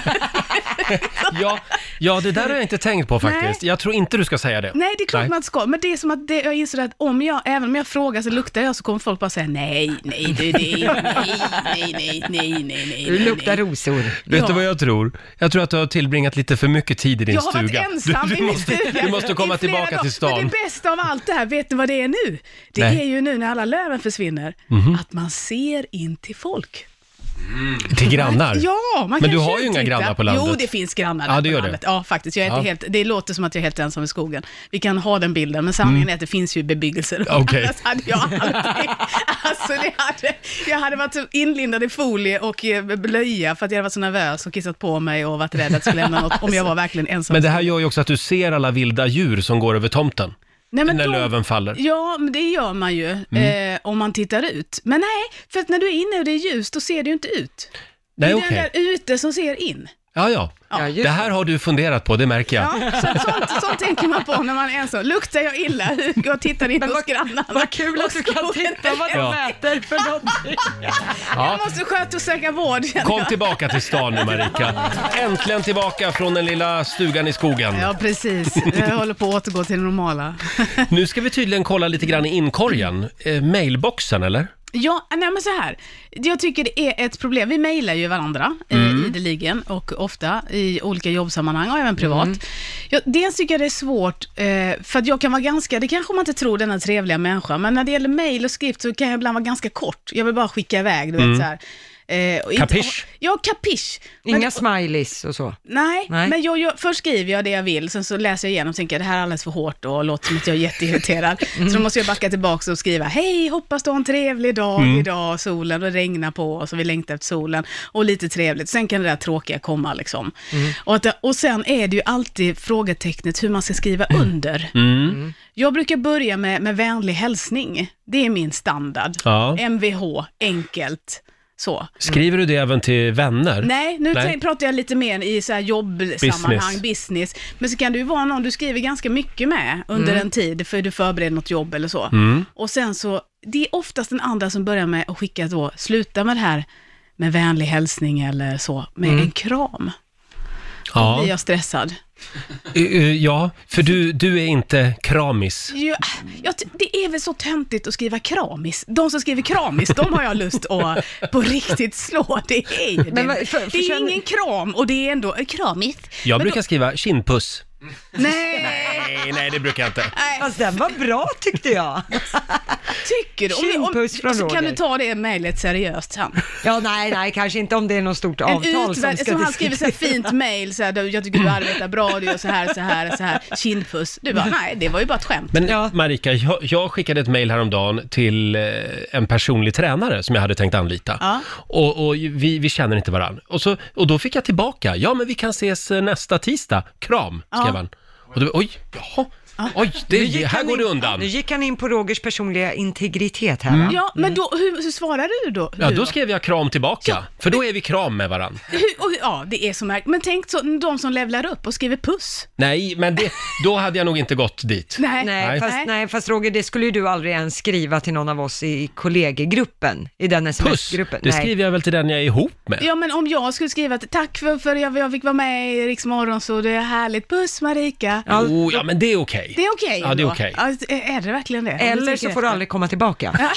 Ja, ja, det där har jag inte tänkt på faktiskt. Jag tror inte du ska säga det. Nej, det är klart Nej. man inte ska. Men det är som att det, jag inser att om jag, även om jag frågar så luktar jag, så kommer folk bara säga nej, nej, du, det, nej, nej, nej, nej, nej, nej. Du luktar rosor. Vet Ja. du vad jag tror? Jag tror att du har tillbringat lite för mycket tid i din Jag har stuga. varit ensam du, i du, min måste, stuga. du måste komma i flera tillbaka dagar. till stan. Men det bästa av allt det här, vet ni vad det är nu? Det Nej. är ju nu när alla löven försvinner, att man ser in till folk. Till grannar? Ja, man Men kan du har ju tjuvtitta. inga grannar på landet. Jo, det finns grannar Ja, där det på gör det. landet. Ja, faktiskt. Jag är Ja. inte helt, det låter som att jag är helt ensam i skogen. Vi kan ha den bilden, men sanningen är att det finns ju bebyggelse. Okej. Annars hade jag aldrig... Alltså, det hade, jag hade varit så inlindad i folie och eh, blöja för att jag hade varit så nervös och kissat på mig och varit rädd att det skulle hända något om jag var verkligen ensam. Men det här gör ju också att du ser alla vilda djur som går över tomten. Nej, men när de- löven faller. Ja, men det gör man ju Mm. eh, om man tittar ut. Men nej, för att när du är inne och det är ljus, då ser du ju inte ut. Nej, det är okej. den där ute som ser in. Ja, ja. Ja, just Det här har du funderat på, det märker jag. Ja, så, sånt, sånt tänker man på när man är ensam. Luktar jag illa? Gå och tittar in hos grannarna. Vad kul att du kan titta vad de Ja. mäter för någonting. Ja. Jag måste sköta och söka vård. känner Kom jag. tillbaka till stan nu, Marika. Äntligen tillbaka från den lilla stugan i skogen. Ja, precis. Jag håller på att återgå till det normala. Nu ska vi tydligen kolla lite grann i inkorgen. Eh, mailboxen, eller? Ja, nej men så här. Jag tycker det är ett problem. Vi mejlar ju varandra Mm. eh, ideligen och ofta i olika jobbsammanhang och även privat. Mm. Jag, dels tycker jag det är svårt, eh, för att jag kan vara ganska, det kanske man inte tror, denna trevliga människa, men när det gäller mejl och skrift så kan jag ibland vara ganska kort. Jag vill bara skicka iväg, du vet så här. Eh, och inte- Kapisch? Ja, kapisch. Men- Inga smileys och så. Nej, Nej. men jag, jag, först skriver jag det jag vill, sen så läser jag igenom och tänker jag, det här är alldeles för hårt och låter som att jag är jätteirriterad. Så då måste jag backa tillbaka och skriva, hej, hoppas du har en trevlig dag idag, solen, och regnar på oss och vi längtar efter solen och lite trevligt. Sen kan det där tråkiga komma liksom. Och, att, och sen är det ju alltid frågetecknet hur man ska skriva under. Mm. Jag brukar börja med, med vänlig hälsning, det är min standard. Ja. M V H, enkelt. Så. Skriver du det även till vänner? Nej, nu Nej. tänk- pratar jag lite mer i så här jobbsammanhang, business. business. Men så kan det ju vara någon du skriver ganska mycket med under en tid, för du förbereder något jobb eller så. Mm. Och sen så, det är oftast den andra som börjar med att skicka då, sluta med det här med vänlig hälsning eller så, med en kram. Då Ja. blir jag stressad. Eh, eh, ja, för du, du är inte kramis. Ja, jag, ty- det är väl så töntigt att skriva kramis. De som skriver kramis, de har jag lust att på riktigt slå. Det är ju det. Men vad- för- det är för- ingen kram och det är ändå kramis. Jag Men brukar då- skriva kindpuss. Nej! Nej, nej, det brukar jag inte. Fast den var bra tyckte jag. Tycker du? Om, om, Kindpuss från så kan Roger. du ta det mejlet seriöst sen? Ja, nej, nej, kanske inte om det är något stort En avtal som utvär- ska som han skriver så här diskuteras. fint mejl, så här, "Du, jag tycker du arbetar bra, du gör så här, så här, så här, kindpuss." Du bara, nej, det var ju bara ett skämt. Men Ja. Marika, jag, jag skickade ett mejl häromdagen till eh, en personlig tränare som jag hade tänkt anlita. Ja. Och, och vi, vi känner inte varann. Och, så, och då fick jag tillbaka, ja men vi kan ses eh, nästa tisdag. Kram, skrev Ja. han. Och då, oj, jaha. Oj, Nu det, gick här han går det in- undan. Nu gick han in på Rogers personliga integritet här. va? Ja, men då, hur, hur svarade du då? Ja, Du då skrev jag kram tillbaka. För då är vi kram med varann. Hur, och, ja, det är så märkligt. Men tänk så, de som levlar upp och skriver puss. Nej, men det, då hade jag nog inte gått dit. Nej. Nej, Nej. Fast, nej, fast Roger, det skulle ju du aldrig ens skriva till någon av oss i kollegegruppen, i den Puss, sms-gruppen. det Nej. skriver jag väl till den jag är ihop med. Ja, men om jag skulle skriva att tack för, för jag, jag fick vara med i Riks Morgon, så det är härligt. Puss Marika. Ja, Oh, ja, men det är okej. Det är okej. Ja, det är ändå. okej. Ja, är det verkligen det? Om du Eller tänker så får du efter. aldrig komma tillbaka.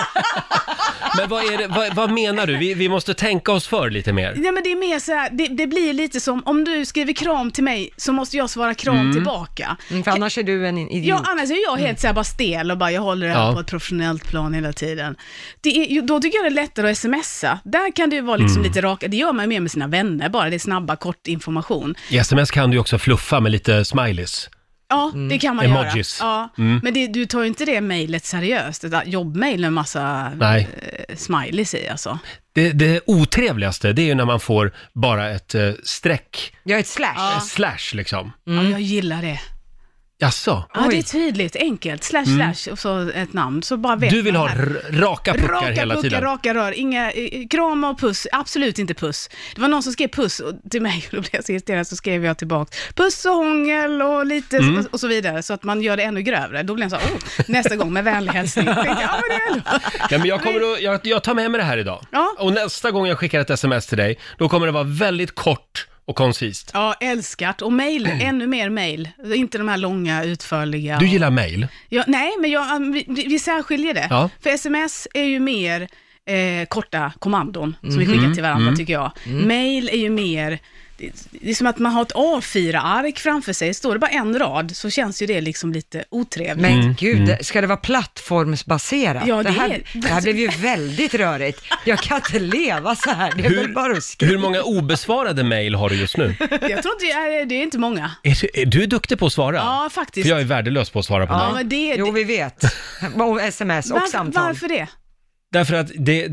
Men vad, är det, vad, vad menar du? Vi, vi måste tänka oss för lite mer. Nej, men det är mer så här, det, det blir lite som om du skriver kram till mig så måste jag svara kram tillbaka. Mm, för annars är du en idiot. Ja, annars är jag helt så här bara stel och bara jag håller det här Ja. på ett professionellt plan hela tiden. Det är, ju- då tycker jag det är lättare att smsa. Där kan det ju vara liksom lite raka, det gör man ju mer med sina vänner bara, det är snabba, kort information. I sms kan du ju också fluffa med lite smileys. Ja, det kan man Emojis. göra. Ja. Mm. Men det, du tar ju inte det mejlet seriöst, ett jobbmejl med massa Nej. eh, smileys i alltså. Det, det otrevligaste, det är ju när man får bara ett eh, streck, Jag är ett slash. ett slash liksom. Ja, jag gillar det. Jaså? Ja, Oj. det är tydligt, enkelt, slash slash och så ett namn, så bara vet Du vill man ha här. r- raka puckar Raka hela puckar, tiden? raka rör, inga eh, kram och puss, absolut inte puss. Det var någon som skrev puss och, till mig och då blev jag så irriterad, så skrev jag tillbaka puss och hångel och lite Mm. och, och så vidare, så att man gör det ännu grövre. Då blir jag så här, oh, nästa gång med vänlig hälsning. Jag tänkte, ja, men det är ändå. Ja, men jag, kommer att, jag, jag tar med mig det här idag. Ja. Och nästa gång jag skickar ett sms till dig, då kommer det vara väldigt kort och koncist. Ja, älskat. Och mail, ännu mer mail. Inte de här långa, utförliga. Du gillar mail? Ja, nej, men jag, vi, vi särskiljer det. Ja. För sms är ju mer eh, korta kommandon som vi skickar till varandra, tycker jag. Mail är ju mer, det, det är som att man har ett A fyra ark framför sig. Står det bara en rad så känns ju det liksom lite otrevligt. Men Mm, gud, ska det vara plattformsbaserat? Ja, det här, är- det här blev ju väldigt rörigt. Jag kan inte leva så här, det är väl bara att skriva. Hur många obesvarade mail har du just nu? Jag tror inte, det är, det är inte många. Är, du- är du duktig på att svara? Ja, faktiskt. För jag är värdelös på att svara på Ja, mail. men det, Jo, vi vet. Och sms och varför, samtal. varför det? Därför att det...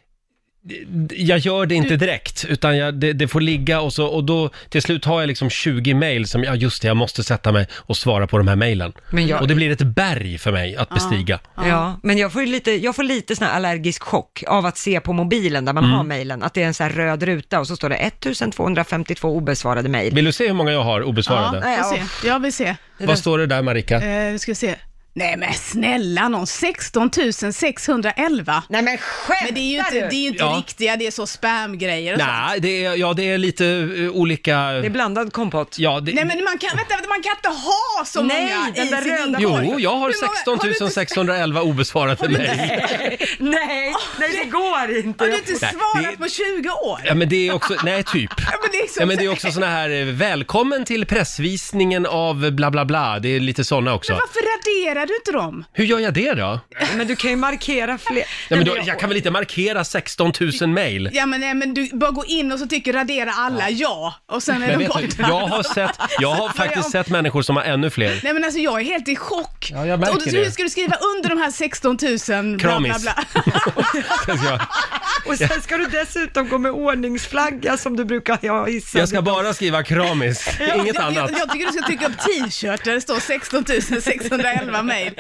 Jag gör det inte direkt, utan jag, det, det får ligga och så, och då till slut har jag liksom tjugo mejl som, ja just det, jag måste sätta mig och svara på de här mejlen. Men jag- Och det blir ett berg för mig att bestiga. Ja, men jag får ju lite, jag får lite sån här allergisk chock av att se på mobilen där man Mm. har mejlen, att det är en sån här röd ruta och så står det ettusentvåhundrafemtiotvå obesvarade mejl. Vill du se hur många jag har obesvarade? Ja, Jag, se. jag vill se. Vad står det där, Marika? Eh, ska vi se. Nej men snälla någon, sexton tusen sexhundraelva. Nej men skämtar Men det är ju inte, det är ju inte Ja. riktiga, det är så spamgrejer och sånt. Nej, det är, ja, det är lite uh, olika... Det är blandad kompott. Ja, det... Nej men man kan, vänta, vänta, man kan inte ha så Nej, många den i där sin röda inkorg. Jo, jag har Hur många- sexton har du tusen inte- sexhundraelva obesvarade mejl. Nej, nej det går inte. Har du inte Nej, svarat det- på tjugo år? Ja, men det är också, nej typ. Ja, men det är så Ja, men det är också såna här, eh, välkommen till pressvisningen av bla bla bla. Det är lite såna också. Men varför raderar du inte dem? Hur gör jag det då? Men du kan ju markera fler. Ja, men då, jag kan väl inte markera sexton tusen mejl? Ja men, nej, men du bara gå in och så tycker radera alla ja, och sen är Men de vet borta. du, jag har, sett, jag har faktiskt sett människor som har ännu fler. Nej men alltså jag är helt i chock. Ja, jag märker och så, det. hur ska du skriva under de här sexton tusen bla bla Kramis. bla? Jag, Och sen ska du dessutom gå med ordningsflagga som du brukar ha i jag ska bara skriva kramis, inget jag, annat. Jag, jag tycker du ska trycka upp t-shirt där det står sexton tusen sexhundraelva mejl.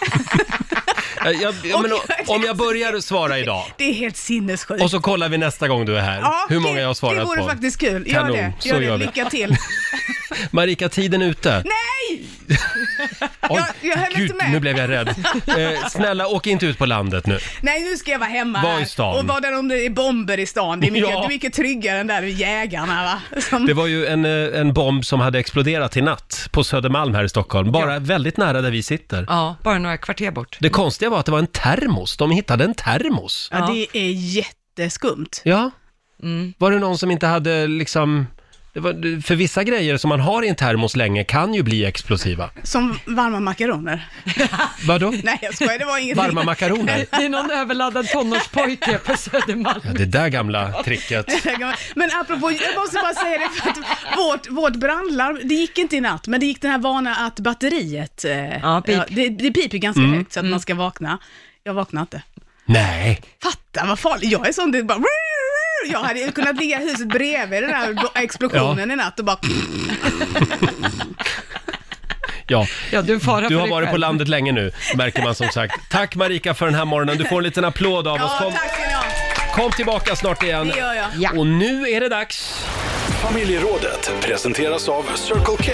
Jag, jag, ja, men, om jag börjar svara idag Det är helt sinnessjukt. och så kollar vi nästa gång du är här Ja, hur många det, jag har svarat Det vore på. faktiskt kul. Gör Kanon, det. så Gör gör det. vi. Lycka till. Marika, tiden är ute. Nej! Oj, jag, jag höll gud, inte med. nu blev jag rädd. Eh, snälla, åk inte ut på landet nu. Nej, nu ska jag vara hemma Var här. i stan. Och vara där om det är bomber i stan. Det är mycket, Ja. det är mycket tryggare än där jägarna va? Som... Det var ju en, eh, en bomb som hade exploderat i natt på Södermalm här i Stockholm. Bara väldigt nära där vi sitter. Ja, bara några kvarter bort. Det konstiga var att det var en termos. De hittade en termos. Ja, det är jätteskumt. Ja. Var det någon som inte hade liksom det var, för vissa grejer som man har i en termos länge kan ju bli explosiva. Som varma makaroner. Vadå? Nej, jag skojar, det var ingenting. Varma makaroner? Det är någon överladdad tonårspojke på Södermalm. Ja, det där gamla tricket. Men apropå, jag måste bara säga det för att vårt, vårt brandlarm, det gick inte i natt, men det gick den här vana att batteriet, Ja, pip. ja, det, det piper ganska Mm. högt så att man ska vakna. Jag vaknade inte. Nej. Fatta vad farligt, jag är sån, det bara... Jag hade ju kunnat ligga i huset bredvid den här explosionen Ja. i natt och bara... Ja, Ja, du, fara du för har dig varit själv. på landet länge nu, märker man som sagt. Tack Marika för den här morgonen. Du får en liten applåd av oss. Ja, Kom, tack ska ni ha. kom tillbaka snart igen. Det gör jag. Ja. Och nu är det dags. Familjerådet presenteras av Circle K.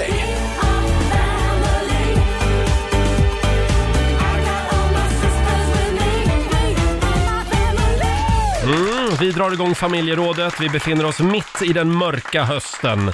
Mm, vi drar igång familjerådet. Vi befinner oss mitt i den mörka hösten.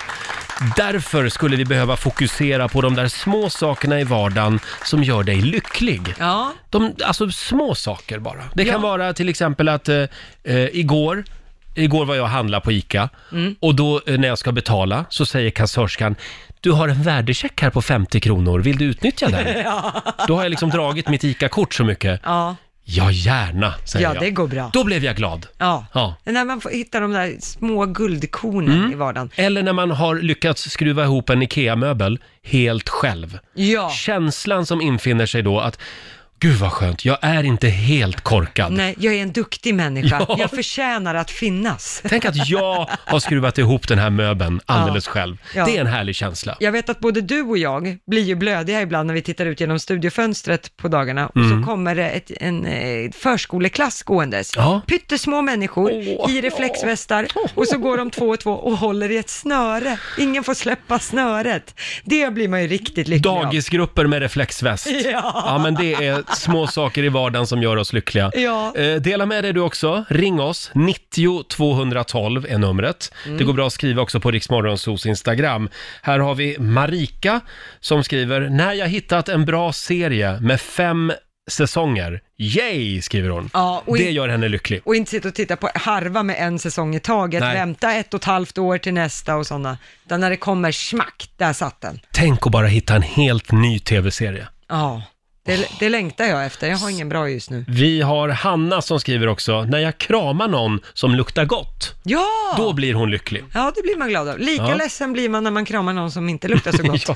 Därför skulle vi behöva fokusera på de där små sakerna i vardagen som gör dig lycklig. Ja. De, alltså små saker bara. Det kan Ja. vara till exempel att eh, eh, igår, igår var jag och handlade på ICA och då eh, när jag ska betala så säger kassörskan: du har en värdecheck här på femtio kronor, vill du utnyttja den? Då har jag liksom dragit mitt ICA-kort så mycket. Ja. Ja, gärna, säger Ja, jag. det går bra. Då blev jag glad. Ja. Ja. När man får hitta de där små guldkornen i vardagen. Eller när man har lyckats skruva ihop en IKEA-möbel helt själv. Ja. Känslan som infinner sig då att gud vad skönt, jag är inte helt korkad. Nej, jag är en duktig människa. Ja. Jag förtjänar att finnas. Tänk att jag har skruvat ihop den här möbeln alldeles Ja. själv. Ja. Det är en härlig känsla. Jag vet att både du och jag blir ju blödiga ibland när vi tittar ut genom studiofönstret på dagarna och Mm. så kommer det ett, en eh, förskoleklass gåendes. Ja. Pyttesmå människor Åh. i reflexvästar och så går de två och två och håller i ett snöre. Ingen får släppa snöret. Det blir man ju riktigt lycklig av. Dagisgrupper med reflexväst. Ja. Ja, men det är små saker i vardagen som gör oss lyckliga. Ja. Eh, dela med dig du också. Ring oss. nittio tvåhundratolv är numret. Mm. Det går bra att skriva också på Rix Morgonzos Instagram. Här har vi Marika som skriver: när jag hittat en bra serie med fem säsonger. Yay, skriver hon. Ja, och det i- gör henne lycklig. Och inte sitta och titta på harva med en säsong i taget, Nej. vänta ett och ett halvt år till nästa och sådana. Utan när det kommer smack, där satt den. Tänk att bara hitta en helt ny tv-serie. Ja, det, det längtar jag efter. Jag har ingen bra just nu. Vi har Hanna som skriver också: när jag kramar någon som luktar gott, Ja! då blir hon lycklig. Ja, det blir man glad av. Lika Ja. ledsen blir man när man kramar någon som inte luktar så gott.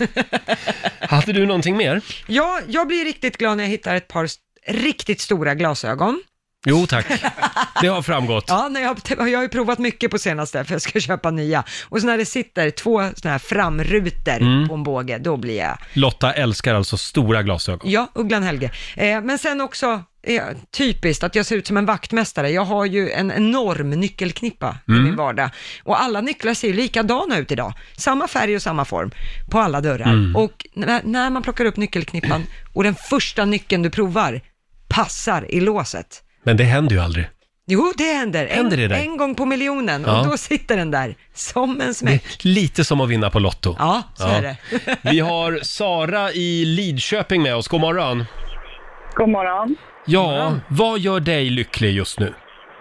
Ja. Hade du någonting mer? Ja, jag blir riktigt glad när jag hittar ett par st- riktigt stora glasögon. Jo tack, det har framgått. Ja, när jag, jag har ju provat mycket på senaste för jag ska köpa nya. Och så när det sitter två såna här framrutor Mm. på en båge, då blir jag... Lotta älskar alltså stora glasögon. Ja, Ugglan Helge. Eh, men sen också eh, typiskt att jag ser ut som en vaktmästare. Jag har ju en enorm nyckelknippa i Mm. min vardag. Och alla nycklar ser ju likadana ut idag. Samma färg och samma form på alla dörrar. Mm. Och när, när man plockar upp nyckelknippan och den första nyckeln du provar passar i låset. Men det händer ju aldrig. Jo, det händer. Händer det en, dig? en gång på miljonen. Ja. Och då sitter den där som en Det smäck. är lite som att vinna på Lotto. Ja, så är det. Vi har Sara i Lidköping med oss. God morgon. God morgon. Ja, vad gör dig lycklig just nu?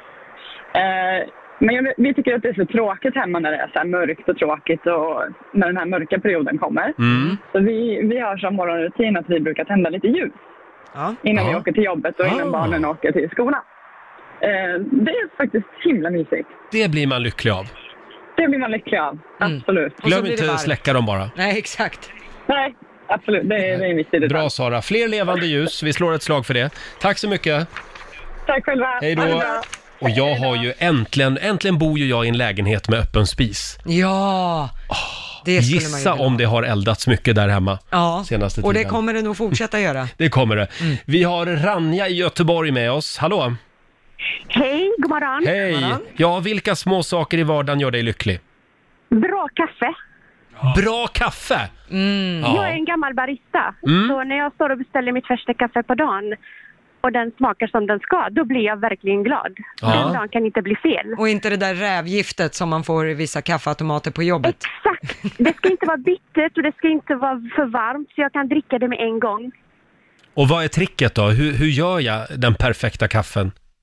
Eh, men jag, vi tycker att det är så tråkigt hemma när det är så här mörkt och tråkigt och när den här mörka perioden kommer. Mm. Så vi, vi har som morgonrutin att vi brukar tända lite ljus Ja. innan Ja. vi åker till jobbet och innan Ah. barnen åker till skolan. Eh, det är faktiskt himla mysigt. Det blir man lycklig av. Det blir man lycklig av, Mm. absolut. Och så Glöm blir det inte varmt. släcka dem bara. Nej, exakt. Nej, absolut. Det är, det är en viktig detalj. Bra Sara. Fler levande ljus. Vi slår ett slag för det. Tack så mycket. Tack själva. Hej då. Ha det bra. Och jag har ju äntligen, äntligen bor ju jag i en lägenhet med öppen spis. Ja, det skulle man ju Gissa vilja om ha. det har eldats mycket där hemma Ja, senaste och det tiden. kommer det nog fortsätta göra. Det kommer det. Mm. Vi har Ranja i Göteborg med oss. Hallå! Hej, god morgon. Hej! Ja, vilka små saker i vardagen gör dig lycklig? Bra kaffe. Bra kaffe! Mm. Jag är Ja. en gammal barista, Mm. så när jag står och beställer mitt första kaffe på dagen och den smakar som den ska, då blir jag verkligen glad. Ja. Den dagen kan inte bli fel. Och inte det där rävgiftet som man får i vissa kaffeautomater på jobbet. Exakt. Det ska inte vara bittert och det ska inte vara för varmt, så jag kan dricka det med en gång. Och vad är tricket då? Hur, hur gör jag den perfekta kaffen?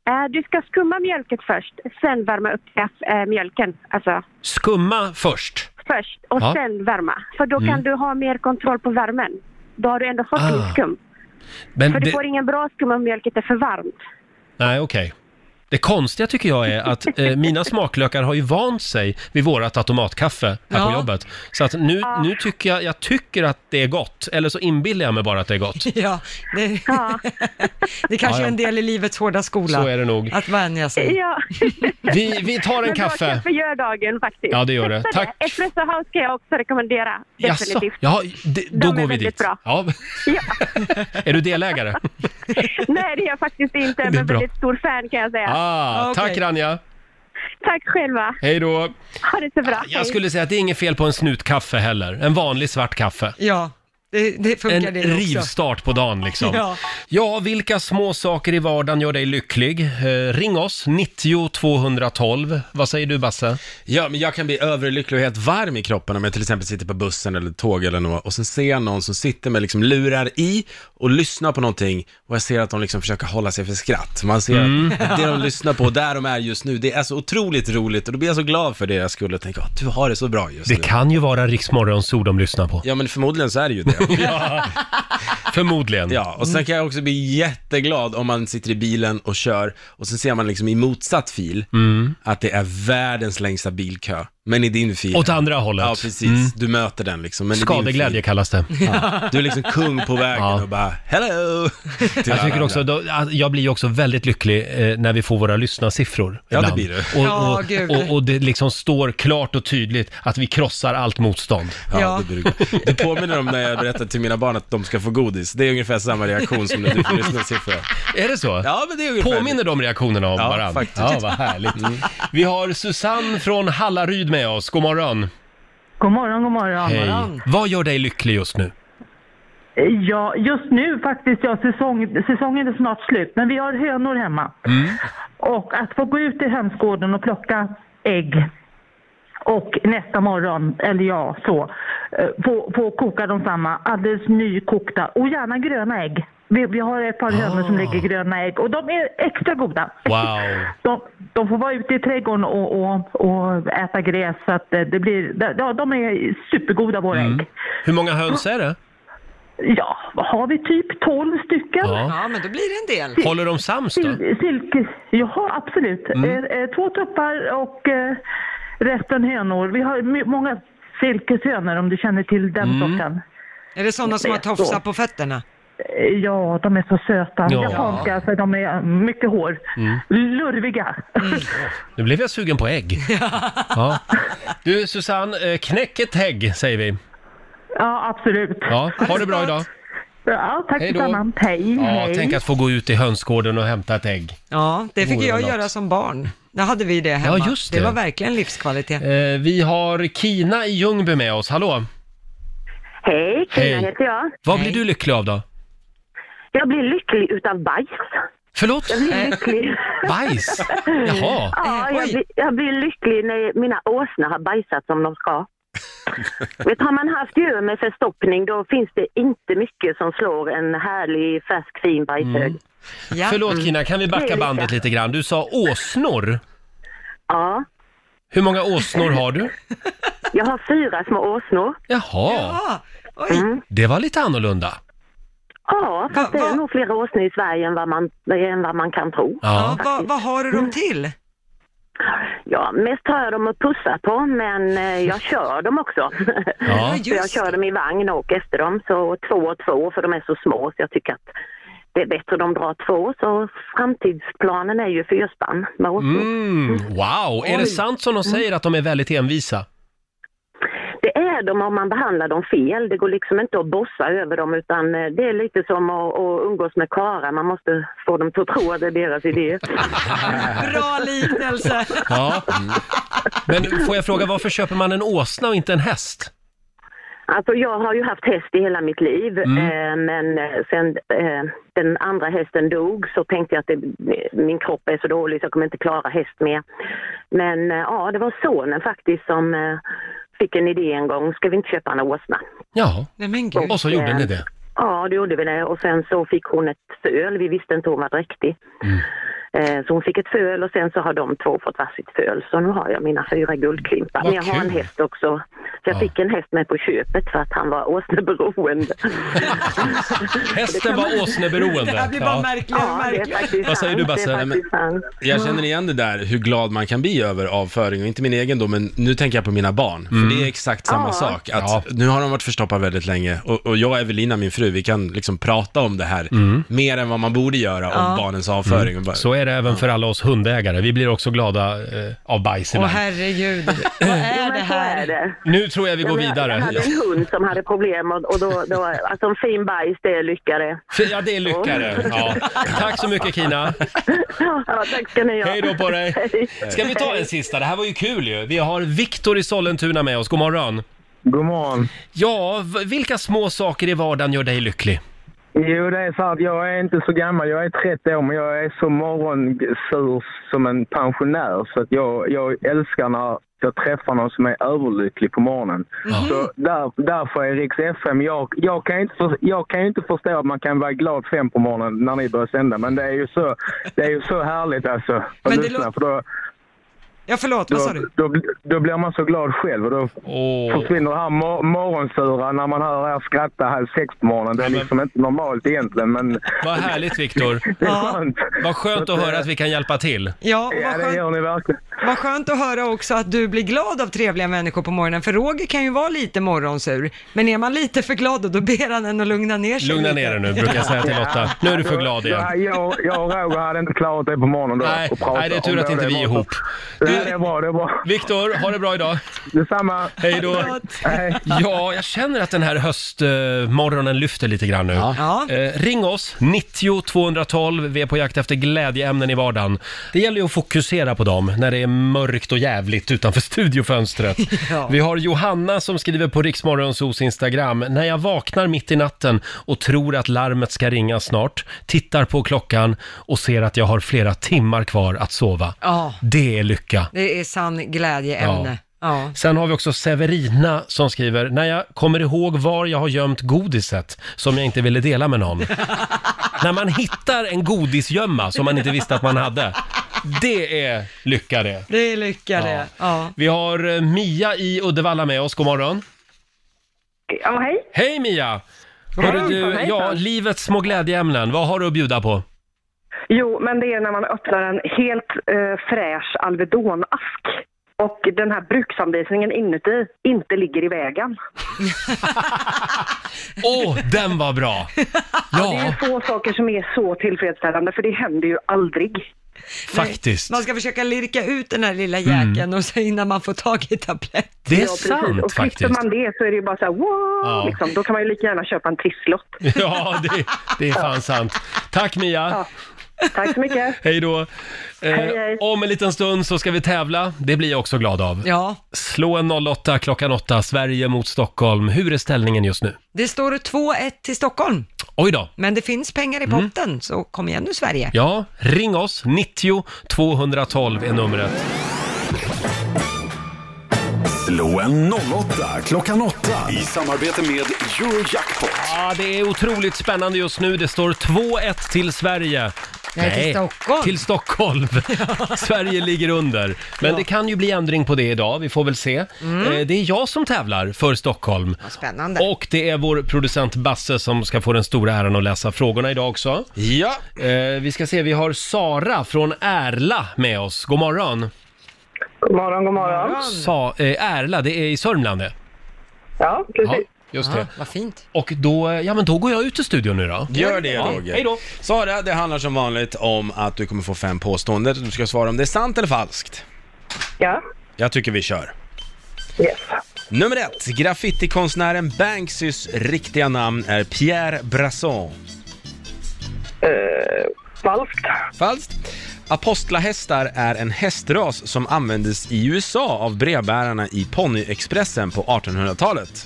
Eh, du ska skumma mjölket först, sen värma upp äh, mjölken. Alltså Skumma först? först och Ja. sen värma. För då Mm. kan du ha mer kontroll på värmen. Då har du ändå fått Ah. din skum. Men för det... du får ingen bra skum om mjölket är för varmt. Nej, okej. Det konstiga tycker jag är att eh, mina smaklökar har ju vant sig vid vårat automatkaffe här Ja. på jobbet. Så att nu, nu tycker jag, jag tycker att det är gott, eller så inbillar jag mig bara att det är gott. Ja, det, Ja. det kanske Ja, ja. är en del i livets hårda skola. Så är det nog. Att vänja sig. Ja. Vi, vi tar en Men bra kaffe. kaffe gör dagen faktiskt. Ja, det gör det. Testa Tack. Espresso House ska jag också rekommendera. Jaså? Definitivt. Ja, det, då De är går vi väldigt dit. bra. Ja. Ja. Är du delägare? Nej, det är jag faktiskt inte, är men bra. väldigt stor fan kan jag säga. Ah, Okej. tack Ranja. Tack själva. Hej då. Ha det så bra. Jag skulle säga att det är inget fel på en snutkaffe heller. En vanlig svart kaffe. Ja, det, det funkar En det också. rivstart på dagen liksom. Ja. Ja, vilka små saker i vardagen gör dig lycklig? Eh, ring oss, nittio tvåhundratolv. Vad säger du, Basse? Ja, men jag kan bli överlycklig och helt varm i kroppen om jag till exempel sitter på bussen eller tåg eller något och sen ser jag någon som sitter med liksom lurar i och lyssnar på någonting och jag ser att de liksom försöker hålla sig för skratt. Man ser Mm. att det de lyssnar på, där de är just nu, det är så otroligt roligt och då blir jag så glad för det. Jag skulle tänka, att du har det så bra just Det nu. kan ju vara Rix Morgon Sol de lyssnar på. Ja, men förmodligen så är det ju det. Ja, förmodligen. Ja, och sen kan jag också bli jätteglad om man sitter i bilen och kör och sen ser man liksom i motsatt fil Mm. att det är världens längsta bilkö. Men i din fil. Åt andra hållet. Ja, precis. Mm. Du möter den liksom. Men i din Skadeglädje fil. kallas det. Ja, du är liksom kung på vägen Ja. och bara hello. till Jag alla tycker andra. också, då, att jag blir ju också väldigt lycklig eh, när vi får våra lyssnarsiffror. Ja, det ibland. blir du. Och, Ja, och, gud. och, och det liksom står klart och tydligt att vi krossar allt motstånd. Ja, Ja. det blir du. Det påminner om när jag berättar till mina barn att de ska få godis. Det är ungefär samma reaktion som när du får lyssna siffror. Är det så? Ja, men det är ungefär. Påminner de reaktionerna om Ja, varandra? faktiskt. Mm. Ja, vad härligt. Vi har Susanne från Hallaryd med oss. God morgon. God morgon, god morgon. Hej. Vad gör dig lycklig just nu? Ja, just nu faktiskt, ja, säsong, säsongen är snart slut, men vi har hönor hemma. Mm. Och att få gå ut i hönsgården och plocka ägg och nästa morgon, eller ja, så, eh, få, få koka dem samma, alldeles nykokta och gärna gröna ägg. Vi, vi har ett par hönor som lägger gröna ägg och de är extra goda. Wow. De, de får vara ute i trädgården och, och, och äta gräs så att det blir, ja, de är supergoda våra Mm. ägg. Hur många höns är det? Ja, vad har vi? Typ tolv stycken. Ja. Ja, men då blir det en del. Håller de sams då? Sil- silke, ja, absolut. Mm. Eh, eh, två tuppar och eh, resten hönor. Vi har my- många silkeshönor om du känner till den Mm. sorten. Är det sådana som har tofsar på fötterna? Eh, Ja, de är så söta. Ja. Japanska, så de är mycket hår. Mm. Lurviga. Nu blev jag sugen på ägg. Ja. Du Susanne, eh, knäck ett ägg säger vi. Ja, absolut. Ja, ha det bra idag. Ja, tack Hej då. detsamma. Hej, Ja, hej. tänk att få gå ut i hönsgården och hämta ett ägg. Ja, det fick Vore jag väl göra något. som barn. Då hade vi det hemma. Ja, just det. Det var verkligen livskvalitet. Eh, vi har Kina i Ljungby med oss. Hallå! Hej, Kina Hej. heter jag. Vad blir du lycklig av då? Jag blir lycklig utav bajs. Förlåt? Jag blir lycklig. Bajs? Jaha. Ja, Eh, jag oj. blir, jag blir lycklig när mina åsnor har bajsat som de ska. Vet, har man haft djur med förstoppning då finns det inte mycket som slår en härlig, färsk, fin bajshög. Mm. Ja. Förlåt Kina, kan vi Det backa är lite. bandet lite grann? Du sa åsnor. Ja, Hur många åsnor har du? jag har fyra små åsnor. Jaha, Ja, oj. Mm. det var lite annorlunda. Ja, fast det Va- är va- nog fler åsnor i Sverige än vad man, än vad man kan tro. Ja, Ja. vad, vad har du dem till? Ja, mest har jag dem att pussa på, men eh, jag kör dem också. Ja. Så jag kör dem i vagn och åker efter dem, så två och två, för de är så små, så jag tycker att det är bättre de drar två, så framtidsplanen är ju fyrspann med åsnor. Mm, wow, är det sant som de säger att de är väldigt envisa? Det är de om man behandlar dem fel. Det går liksom inte att bossa över dem, utan eh, det är lite som att, att umgås med karlar. Man måste få dem att tro att det är deras idé. Bra liknelse. Ja. Men får jag fråga, varför köper man en åsna och inte en häst? Alltså jag har ju haft häst i hela mitt liv, Mm. eh, men eh, sen eh, den andra hästen dog så tänkte jag att det, min kropp är så dålig så jag kommer inte klara häst mer. Men eh, ja, det var sonen faktiskt som eh, fick en idé en gång, ska vi inte köpa en åsna? Ja, Nej men gud. och så gjorde ni det. Ja, det gjorde vi det. Och sen så fick hon ett föl, vi visste inte hon var dräktig. Mm. Eh, så hon fick ett föl och sen så har de två fått varsitt föl. Så nu har jag mina fyra guldklimpar. Vad Men jag har en kul. häst också. Så jag Ja. fick en häst med på köpet för att han var åsneberoende. Hästen var åsneberoende. Det här blir bara märkligare och Ja, det är märkligare. faktiskt Vad säger du, sant. Basse? Det är faktiskt sant. Jag känner igen det där, hur glad man kan bli över avföring, och inte min egen då, men nu tänker jag på mina barn. Mm. För det är exakt samma Ja. sak. Att Ja. Nu har de varit förstoppade väldigt länge, och, och jag och Evelina, min fru, vi kan liksom prata om det här Mm. mer än vad man borde göra om Ja. barnens avföring. Och bara, Så är det även för alla oss hundägare. Vi blir också glada eh, av bajs Åh ibland. herregud, vad Jo, är men det så är här? det. Nu tror jag vi Ja, går men jag- Jag vidare. hade en hund som hade problem och, och då, då, alltså en fin bajs, det är lyckade. Ja, det är lyckare. Ja. Tack så mycket, Kina. Ja, tack ska ni ha. Hej då på dig. Hej. Ska vi ta en sista? Det här var ju kul ju. Vi har Viktor i Sollentuna med oss. God morgon. God morgon. Ja, v- vilka små saker i vardagen gör dig lycklig? Jo, det är sant. Jag är inte så gammal. Jag är trettio år, men jag är så morgonsur som en pensionär. Så att jag, jag älskar när jag träffar någon som är överlycklig på morgonen. Mm. Så där, därför är Rix F M. Jag, jag, kan inte för, jag kan ju inte förstå att man kan vara glad fem på morgonen när ni börjar sända. Men det är ju så, det är ju så härligt alltså att Men det lyssna. lå- För då, Ja, förlåt, vad då, sa du? då, då blir man så glad själv. Och då Åh. försvinner det här mor- morgonsura när man hör er skratta halv sex på morgonen. Det är Ja, men- liksom inte normalt egentligen, men Vad härligt, Viktor. det är Ja. skönt. Vad skönt att höra att vi kan hjälpa till. Ja, och Ja, vad det skönt, gör ni verkligen. vad skönt att höra också att du blir glad av trevliga människor på morgonen. För Roger kan ju vara lite morgonsur. Men är man lite för glad då ber han en att lugna ner sig Lugna lite. ner dig nu, brukar jag säga till Lotta. Nu är du för glad igen. Ja, jag, jag och Roger hade inte klarat det på morgonen då. Nej, och prata nej, det är tur om att inte det vi är var- ihop. Nej, det är bra, det är bra. Viktor, ha det bra idag. Detsamma. Hej då. Hej. Ja, jag känner att den här höstmorgonen lyfter lite grann nu. Ja. Eh, ring oss, nittio tvåhundratolv. Vi är på jakt efter glädjeämnen i vardagen. Det gäller ju att fokusera på dem när det är mörkt och jävligt utanför studiofönstret. Ja. Vi har Johanna som skriver på Riksmorgonsos Instagram. När jag vaknar mitt i natten och tror att larmet ska ringa snart, tittar på klockan och ser att jag har flera timmar kvar att sova. Ja, Det är lycka. det är sann glädjeämne. Ja. Sen har vi också Severina som skriver, när jag kommer ihåg var jag har gömt godiset som jag inte ville dela med någon. När man hittar en godisgömma som man inte visste att man hade. Det är lycka det. Det är lycka det. Ja. Vi har eh, Mia i Uddevalla med oss, god morgon. Ja, hej. Hej Mia! Hörru Hejsan, du, hejsan. ja, livets små glädjeämnen, vad har du att bjuda på? Jo, men det är när man öppnar en helt eh, fräsch Alvedonask och den här bruksanvisningen inuti inte ligger i vägen. Åh, oh, den var bra! Det är Ja, ju få saker som är så tillfredsställande, för det händer ju aldrig. faktiskt. Man ska försöka lirka ut den här lilla jäkeln Mm. och sen innan man får tag i tablett. Det är Ja, precis. sant Och slipper faktiskt. man det så är det ju bara så här, wow, Ja. liksom. Då kan man ju lika gärna köpa en trisslott. Ja, det, det är fan sant. Tack Mia! Ja. Tack så mycket. Hej då! Eh, Hej, hej. Om en liten stund så ska vi tävla. Det blir jag också glad av. Ja, Slå en noll åtta klockan åtta, Sverige mot Stockholm. Hur är ställningen just nu? det står två ett till Stockholm. Oj då! Men det finns pengar i potten, så kom igen nu Sverige. Ja, ring oss. nittio tvåhundratolv är numret. Slå en noll åtta klockan åtta i samarbete med Eurojackpot. Ja, det är otroligt spännande just nu. Det står två ett till Sverige. Nej, till Stockholm. Till Stockholm. Sverige ligger under. Men det kan ju bli ändring på det idag, vi får väl se. Eh, Det är jag som tävlar för Stockholm. Vad spännande. Och det är vår producent Basse som ska få den stora äran att läsa frågorna idag också. Ja, Eh, vi ska se, vi har Sara från Ärla med oss. God morgon. God morgon, god morgon. Sa, eh, Ärla, det är i Sörmland det. Ja, Ja, precis. just Ja, det. vad fint. Och då, ja men då går jag ut ur studion nu då. gör det Ja, Roger. hej då. Sara, det handlar som vanligt om att du kommer få fem påståenden. Du ska svara om det är sant eller falskt. Ja, Jag tycker vi kör. yes. Nummer ett. Graffitikonstnären Banksys riktiga namn är Pierre Brasson. Eh, falskt. Falskt. Apostlahästar är en hästras som användes i U S A av brevbärarna i Ponyexpressen på artonhundratalet.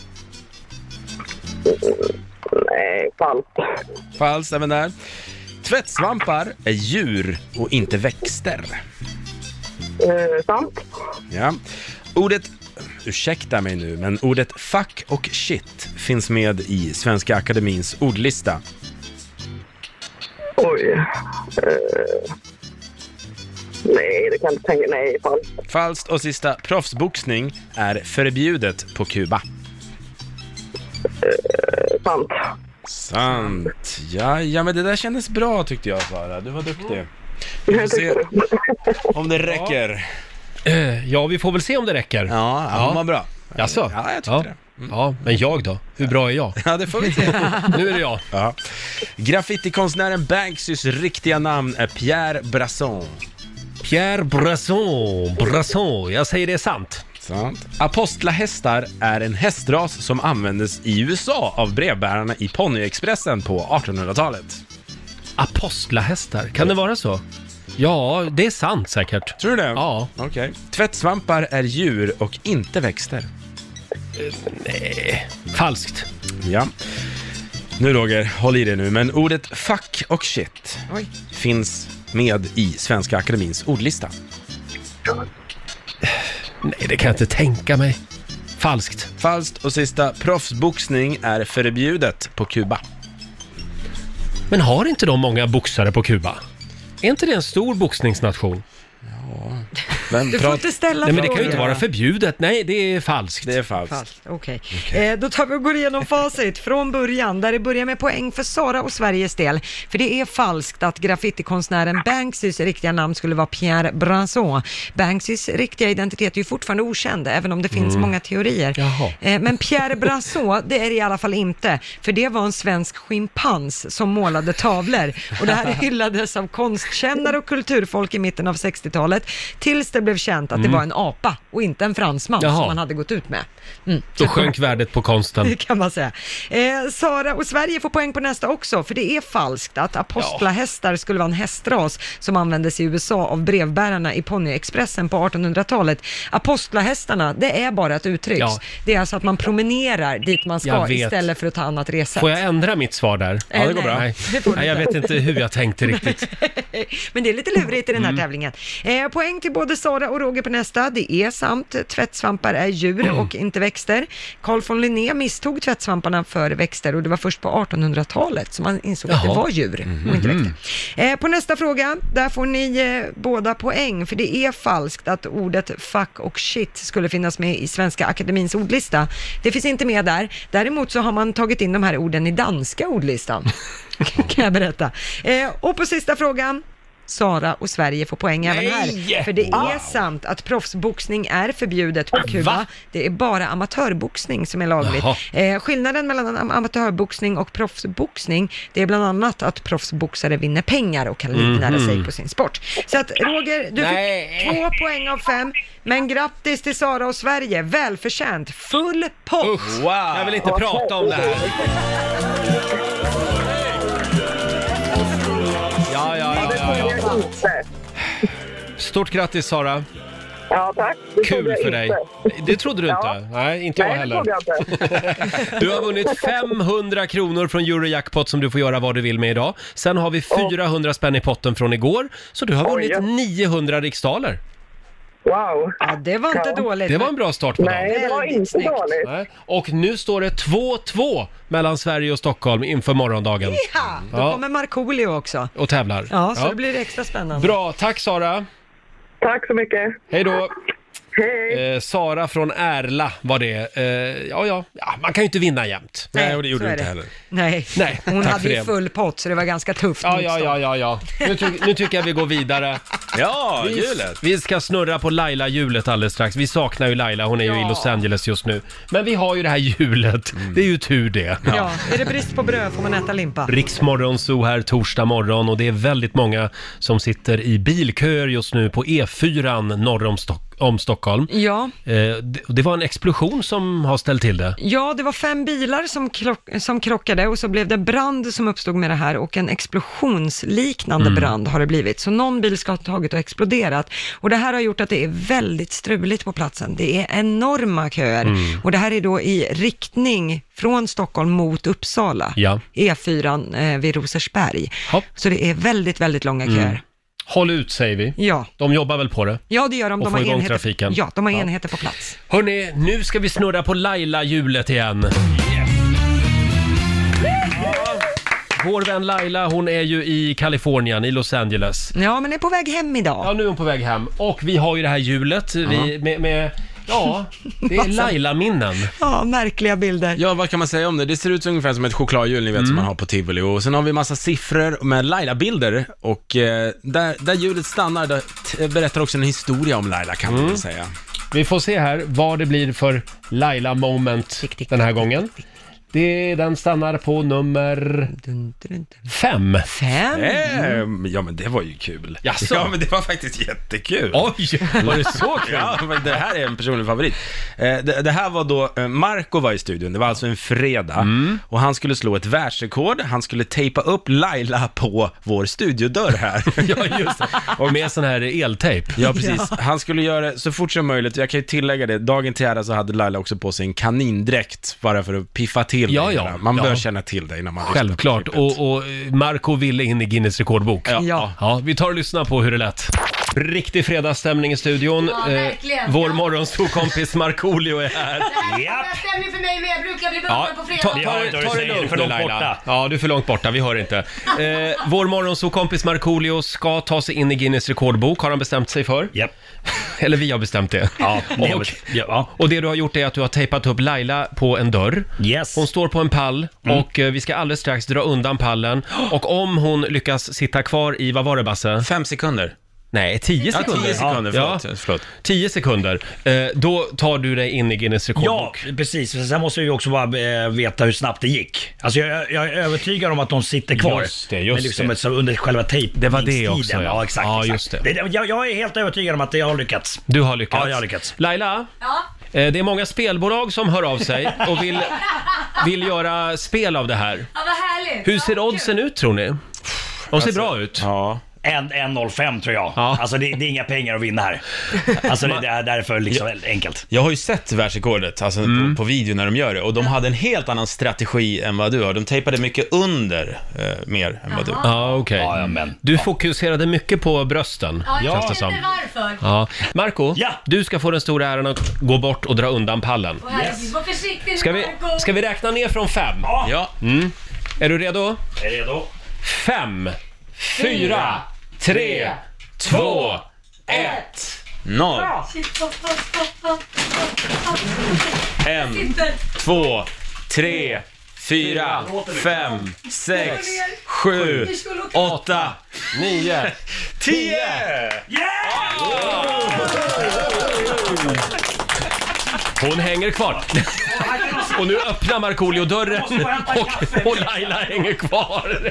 Nej, falskt. Falskt även där. Tvättsvampar är djur och inte växter. Eh, sant. Ja. Ordet, ursäkta mig nu, men ordet fuck och shit finns med i Svenska Akademins ordlista. Oj. Eh, Nej, det kan jag inte tänka. Nej, falskt. Falskt. Och sista, proffsboxning är förbjudet på Kuba. Uh, sant. Sant. Ja, ja, men det där kändes bra tyckte jag, Sara. Du var duktig. Vi får se om det räcker. Uh, ja, vi får väl se om det räcker. Ja, ja. Vad bra. Jaså? Ja, jag tyckte ja. det. Mm. Ja, men jag då? Hur bra är jag? Ja, det får vi se. Nu är det jag. Ja. Graffitikonstnären Banksys riktiga namn är Pierre Brasson. Pierre Brasson. Brasson. Jag säger det är sant. Sant. Apostlahästar är en hästras som användes i U S A av brevbärarna i Ponyexpressen på artonhundratalet. Apostlahästar? Kan det vara så? Ja, det är sant säkert. Tror du det? Ja. Okej. Okay. Tvättsvampar är djur och inte växter. Uh, nej, falskt. Ja. Nu Roger, håll i det nu, men ordet fuck och shit Oj. finns med i Svenska Akademins ordlista. Nej, det kan jag inte tänka mig. Falskt. Falskt. Och sista, proffsboxning är förbjudet på Kuba. Men har inte de många boxare på Kuba? Är inte det en stor boxningsnation? Ja. Vem du får inte ställa Nej, men det kan ju inte vara förbjudet. Nej, det är falskt. Det är falskt. Falskt. Okej. Okay. Okay. Eh, då tar vi och går igenom facit från början, där det börjar med poäng för Sara och Sveriges del. För det är falskt att graffitikonstnären Banksys riktiga namn skulle vara Pierre Brasson. Banksys riktiga identitet är ju fortfarande okänd, även om det finns mm. många teorier. Eh, men Pierre Brasson, det är det i alla fall inte. För det var en svensk schimpans som målade tavlor. Och det här hyllades av konstkännare och kulturfolk i mitten av sextiotalet. Tills det blev känt att mm. det var en apa och inte en fransman Jaha. som man hade gått ut med. Mm. Då sjönk värdet på konsten. Det kan man säga. Eh, Sara och Sverige får poäng på nästa också, för det är falskt att apostlahästar ja. skulle vara en hästras som användes i U S A av brevbärarna i Ponyexpressen på artonhundratalet. Apostlahästarna, det är bara ett uttryck. Ja. Det är alltså att man promenerar dit man ska istället för att ta annat resa. Får jag ändra mitt svar där? Ja, det går bra. Nej, Nej jag vet inte hur jag tänkte riktigt. Men det är lite lurigt i den här mm. tävlingen. Eh, poäng till både Sara och Roger på nästa. Det är sant. Tvättsvampar är djur mm. och inte växter. Carl von Linné misstog tvättsvamparna för växter och det var först på artonhundratalet som man insåg Jaha. att det var djur mm. och inte växter. Eh, på nästa fråga, där får ni eh, båda poäng, för det är falskt att ordet fuck och shit skulle finnas med i Svenska Akademins ordlista. Det finns inte med där. Däremot så har man tagit in de här orden i danska ordlistan. Kan jag berätta. Eh, och på sista frågan, Sara och Sverige får poäng även här. För det är wow. sant att proffsboxning är förbjudet på Kuba. Va? Det är bara amatörboxning som är lagligt. Eh, skillnaden mellan am- amatörboxning och proffsboxning, det är bland annat att proffsboxare vinner pengar och kan livnära mm-hmm. sig på sin sport. Så att Roger, du Nej. fick två poäng av fem. Men grattis till Sara och Sverige. Välförtjänt. Full pott. Usch, wow. Jag vill inte prata om det här. Ja, ja, ja, ja, ja. Stort grattis Sara. Ja, tack. Det Kul för dig. Det trodde du ja. inte? Nej, inte Nej, jag heller. Det jag inte. Du har vunnit femhundra kronor från Eurojackpot som du får göra vad du vill med idag. Sen har vi fyrahundra spänn i potten från igår. Så du har vunnit Oj, ja. niohundra riksdaler. Wow. Ja, det var inte ja. dåligt. Det var en bra start på dagen. Nej, det var inte snyggt. dåligt. Nej. Och nu står det två två mellan Sverige och Stockholm inför morgondagen. Ja, då ja. kommer Markoolio också. Och tävlar. Ja, så ja. det blir extra spännande. Bra, tack Sara. Tack så mycket. Hej då. Hej. Eh, Sara från Ärla var det. Eh, ja, ja, ja, man kan ju inte vinna jämt. Nej, och det gjorde du inte heller. Nej, Nej hon hade ju full pott så det var ganska tufft. Ja, ja, ja, ja, ja. Nu, ty- nu tycker jag vi går vidare. Ja, vi, hjulet. Vi ska snurra på Laila-hjulet alldeles strax. Vi saknar ju Laila, hon är ja. ju i Los Angeles just nu. Men vi har ju det här hjulet. Mm. Det är ju tur det. Ja. ja, är det brist på bröd får man äta limpa. Riksmorgonzoo här torsdag morgon och det är väldigt många som sitter i bilköer just nu på E fyra norr om Stockholm. Om Stockholm. Ja. Eh, det, det var en explosion som har ställt till det. Ja, det var fem bilar som, klock, som krockade och så blev det brand som uppstod med det här och en explosionsliknande mm. brand har det blivit. Så någon bil ska ha tagit och exploderat. Och det här har gjort att det är väldigt struligt på platsen. Det är enorma köer. Mm. Och det här är då i riktning från Stockholm mot Uppsala. Ja. E fyra eh, vid Rosersberg. Hopp. Så det är väldigt, väldigt långa köer. Mm. Håll ut säger vi. Ja. De jobbar väl på det? Ja, det gör de. De har enheter, trafiken. ja, de har ja. enheter på plats. Hörrni, nu ska vi snurra på Laila-hjulet igen. Yes. Ja. vår vän Laila, hon är ju i Kalifornien, i Los Angeles. Ja, men är på väg hem idag. Ja, nu är hon på väg hem. Och vi har ju det här hjulet vi, med, med, ja, det är Laila-minnen. Ja, märkliga bilder. Ja, vad kan man säga om det? Det ser ut ungefär som ett chokladhjul, ni vet, mm. som man har på Tivoli. Och sen har vi massa siffror med Laila-bilder. Och eh, där, där hjulet stannar, där t- berättar också en historia om Laila, kan man mm. säga. Vi får se här vad det blir för Laila-moment den här gången. Det, den stannar på nummer fem. Fem? Mm. Ja, men det var ju kul. Jaså? Ja, men det var faktiskt jättekul. Oj, var det så kul? Ja, men det här är en personlig favorit. Eh, det, det här var då, eh, Marco var i studion, det var alltså en fredag. Mm. Och han skulle slå ett världsrekord. Han skulle tejpa upp Laila på vår studiodörr här. Ja, just det. Och med sån här eltejp. Ja, precis. Ja. Han skulle göra det så fort som möjligt. Jag kan ju tillägga det, dagen till ära så hade Laila också på sig en kanindräkt, bara för att piffa till. Ja, ja. Man bör ja. känna till dig när man självklart. Och, och Marco ville in i Guinness rekordbok. Ja. Ja. Ja, vi tar och lyssnar på hur det lät. Riktig fredagsstämning i studion. Ja, eh, vår morgonsokompis Markoolio är här. Det här är stämning för mig med. Jag brukar bli bra på fredag. Ta, ta, ta, ta det lugnt nu, Laila. Ja, du är för långt borta, vi hör inte. Eh, vår morgonsokompis Markoolio ska ta sig in i Guinness rekordbok, har han bestämt sig för. Japp. Eller vi har bestämt det. Ja, och, ja. och det du har gjort är att du har tejpat upp Laila på en dörr. Yes. Hon står på en pall mm. och eh, vi ska alldeles strax dra undan pallen. Och om hon lyckas sitta kvar i, vad var det, Basse? Fem sekunder. Nej, tio sekunder. Ja, tio sekunder, förlåt. Ja, förlåt. Tio sekunder. Eh, då tar du dig in i Guinness rekordbok. Ja, precis. Sen måste vi också bara eh, veta hur snabbt det gick. Alltså jag, jag är övertygad om att de sitter kvar. Just det, just men liksom det. Ett, så under själva tejp. Det var det också, ja. Ja, exakt. Ja, exakt. just det. Det, jag, jag är helt övertygad om att jag har lyckats. Du har lyckats. Ja, jag har lyckats. Laila? Ja? Eh, det är många spelbolag som hör av sig och vill, vill göra spel av det här. Ja, vad härligt. Hur ser oddsen ut, tror ni? De ser alltså, bra ut. Ja. en noll fem tror jag. Ja. Alltså det, det är inga pengar att vinna här. Alltså det, det är därför liksom jag, enkelt. Jag har ju sett världsrekordet alltså mm. på, på video när de gör det. Och de hade en helt annan strategi än vad du har. De tejpade mycket under eh, mer än vad du har. Ja, okej. Ja, ja, men- Du fokuserade mycket på brösten, Ja, jag känns det vet som. inte varför. Ja. Marco, Ja. du ska få den stora äran att gå bort och dra undan pallen. Åh, herregud, var försiktig, Ska vi, Marco. ska vi räkna ner från fem? Ja. Ja. Mm. Är du redo? Är redo? Fem, fyra, tre, två, ett. Noll. En, två, tre, fyra, fem, sex, sju, åtta, Nio. tio! Hon hänger kvar. Och nu öppnar Markoolio dörren och, och Laila hänger kvar.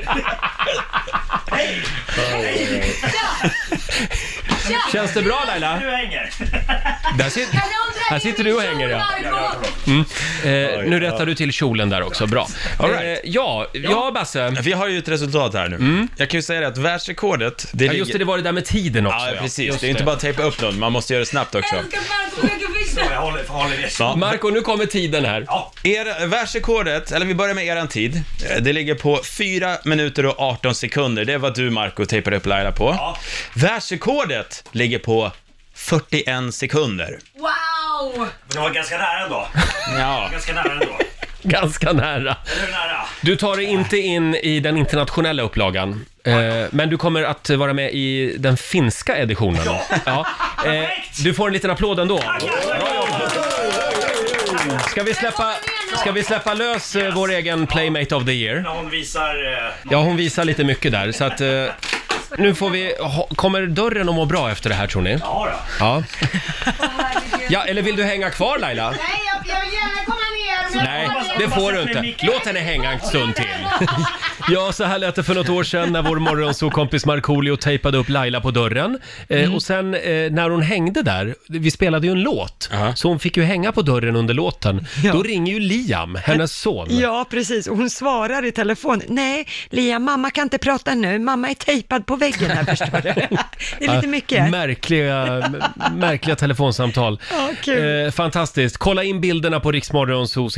Känns det bra, Laila? Du hänger. Där sit, här sitter du och hänger, ja. Mm. Eh, nu rättar du till kjolen där också, bra. All right. eh, ja, ja, Basse. Vi har ju ett resultat här nu. Mm. Jag kan ju säga det att världsrekordet... Det Ja, just det, det var det där med tiden också. Ja, precis. Just Det är inte bara att tejpa upp någon, man måste göra det snabbt också. Jag håller, håller det. Ja. Marco, nu kommer tiden här. Ja. Er, världsrekordet, eller vi börjar med eran tid. Det ligger på fyra minuter och arton sekunder. Det är vad du, Marco, tejpar upp Laila på. Ja. Världsrekordet ligger på fyrtioen sekunder. Wow! Det var ganska nära ändå. Ja. Ganska nära ändå. Ganska nära. Hur nära? Du tar dig inte in i den internationella upplagan, eh, men du kommer att vara med i den finska editionen. Ja. Ja. Eh, du får en liten applåd ändå. Ska vi släppa, ska vi släppa lös eh, vår egen Playmate of the Year? Hon visar... Eh, Ja, hon visar lite mycket där, så att... Eh, nu får vi... ha- Kommer dörren att må bra efter det här, tror ni? ja då. Ja. Ja, eller vill du hänga kvar, Laila? Nej, jag, jag vill gärna komma ner. Men Nej, det får du inte. Låt henne hänga en stund till. Ja, så här lät det för något år sedan när vår morgonsåkompis Markoolio tejpade upp Laila på dörren. Eh, och sen eh, när hon hängde där, vi spelade ju en låt, Ja. så hon fick ju hänga på dörren under låten. Ja. Då ringer ju Liam, hennes son. Ja, precis. Och hon svarar i telefon. Nej, Liam, mamma kan inte prata nu. Mamma är tejpad på väggen här, förstår du. Det är lite mycket. Märkliga, märkliga telefonsamtal. Ja, kul. Eh, fantastiskt. Kolla in bilderna på Riksmorgonsos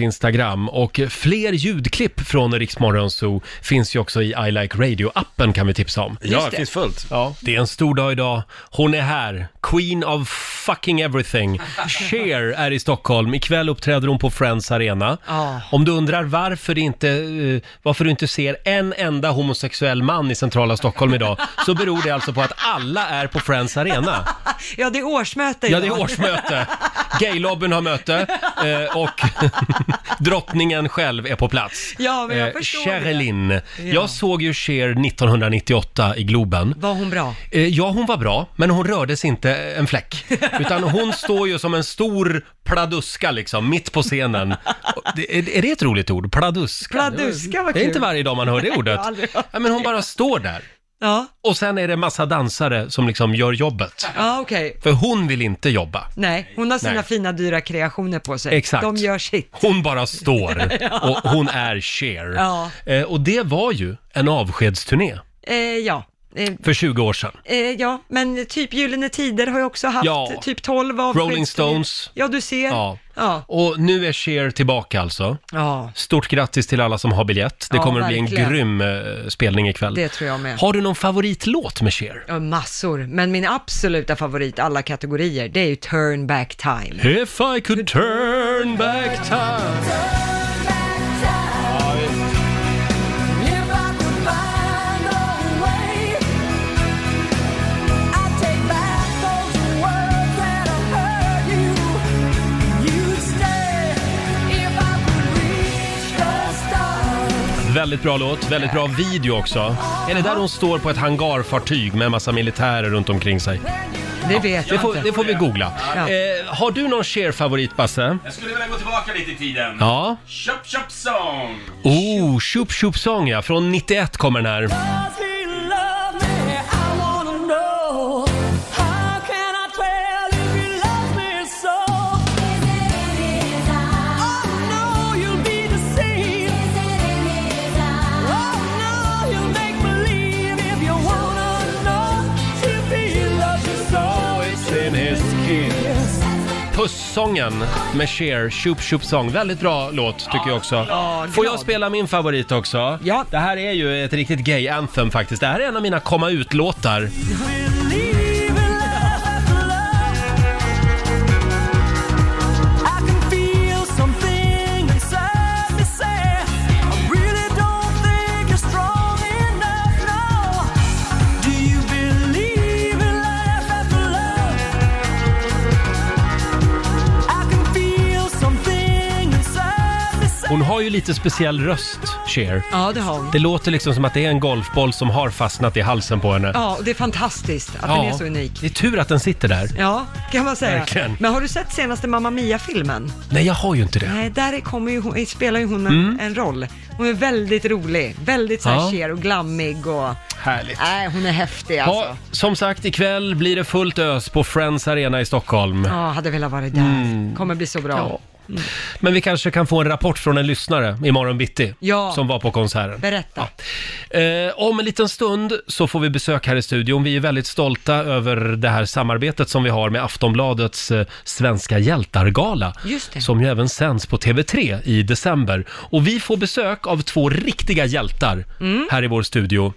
Instagram. Och fler ljudklipp från Rix Morgon Zoo finns ju också i I Like Radio-appen, kan vi tipsa om. Ja, det finns fullt. Ja, det är en stor dag idag. Hon är här. Queen of fucking everything. Cher är i Stockholm. Ikväll uppträder hon på Friends Arena. Ja. Om du undrar varför, det inte, eh, varför du inte ser en enda homosexuell man i centrala Stockholm idag, så beror det alltså på att alla är på Friends Arena. Ja, det är årsmöte Ja, idag. det är årsmöte. Gaylobbyn har möte eh, och drottningen själv är på plats. Ja, men jag Eh, förstår Sherilyn. det. Jag såg ju Cher nittonhundranittioåtta i Globen. Var hon bra? Eh, ja, hon var bra, men hon rörde sig inte en fläck. Utan hon står ju som en stor pladuska liksom, mitt på scenen. Det, är, är det ett roligt ord? Pladuska? Pladuska, vad Det är kul. inte varje dag man hör det ordet. Jag har aldrig hört. Ja, men hon bara står där. Ja. Och sen är det massa dansare som liksom gör jobbet. Ja, okej. För hon vill inte jobba. Nej, hon har sina Nej. fina dyra kreationer på sig. Exakt. De gör sitt. Hon bara står Ja. och hon är Cher. Ja. Eh, och det var ju en avskedsturné Eh, ja. Eh, för tjugo år sedan. eh, ja, men typ Gyllene Tider har ju också haft Ja. typ tolv av Rolling Stones. Ja, du ser. Ja. Ja. Och nu är Cher tillbaka alltså. Ja. Stort grattis till alla som har biljett. Det Ja, kommer att bli en verkligen. grym eh, spelning ikväll. Det tror jag med. Har du någon favoritlåt med Cher? Ja, massor. Men min absoluta favorit, alla kategorier, det är ju Turn Back Time. If I could turn back time. Väldigt bra låt, väldigt bra video också. Är det där hon står på ett hangarfartyg med en massa militärer runt omkring sig? Det vet Det jag får, inte. det får vi googla. Ja. Eh, har du någon Cher-favorit, Basse? Jag skulle vilja gå tillbaka lite i tiden. Ja. Chop Chop Song. Oh, Chup Chup Song ja, från nittioett kommer den här. Puss-sången med Cher, Chup Chup Song. Väldigt bra låt tycker jag också. Ja, Får jag glad. spela min favorit också? Ja. Det här är ju ett riktigt gay-anthem faktiskt. Det här är en av mina komma ut-låtar. Hon har ju lite speciell röst, Cher. Ja, det har hon. Det låter liksom som att det är en golfboll som har fastnat i halsen på henne. Ja, och det är fantastiskt att den är så unik. Det är tur att den sitter där. Ja, kan man säga. Verkligen. Men har du sett senaste Mamma Mia-filmen? Nej, jag har ju inte det. Nej, där kommer ju hon, spelar ju hon en, Mm. en roll. Hon är väldigt rolig, väldigt så här Ja. Cher och glammig och... Härligt. Nej, hon är häftig alltså. Ja, som sagt, ikväll blir det fullt ös på Friends Arena i Stockholm. Ja, hade velat vara där. Mm. Kommer bli så bra. Ja. Men vi kanske kan få en rapport från en lyssnare imorgon bitti Ja. som var på konserten. Berätta. Eh, om en liten stund så får vi besök här i studion. Vi är väldigt stolta över det här samarbetet som vi har med Aftonbladets eh, Svenska hjältargala. Just det. Som ju även sänds på T V tre i december. Och vi får besök av två riktiga hjältar Mm. här i vår studio.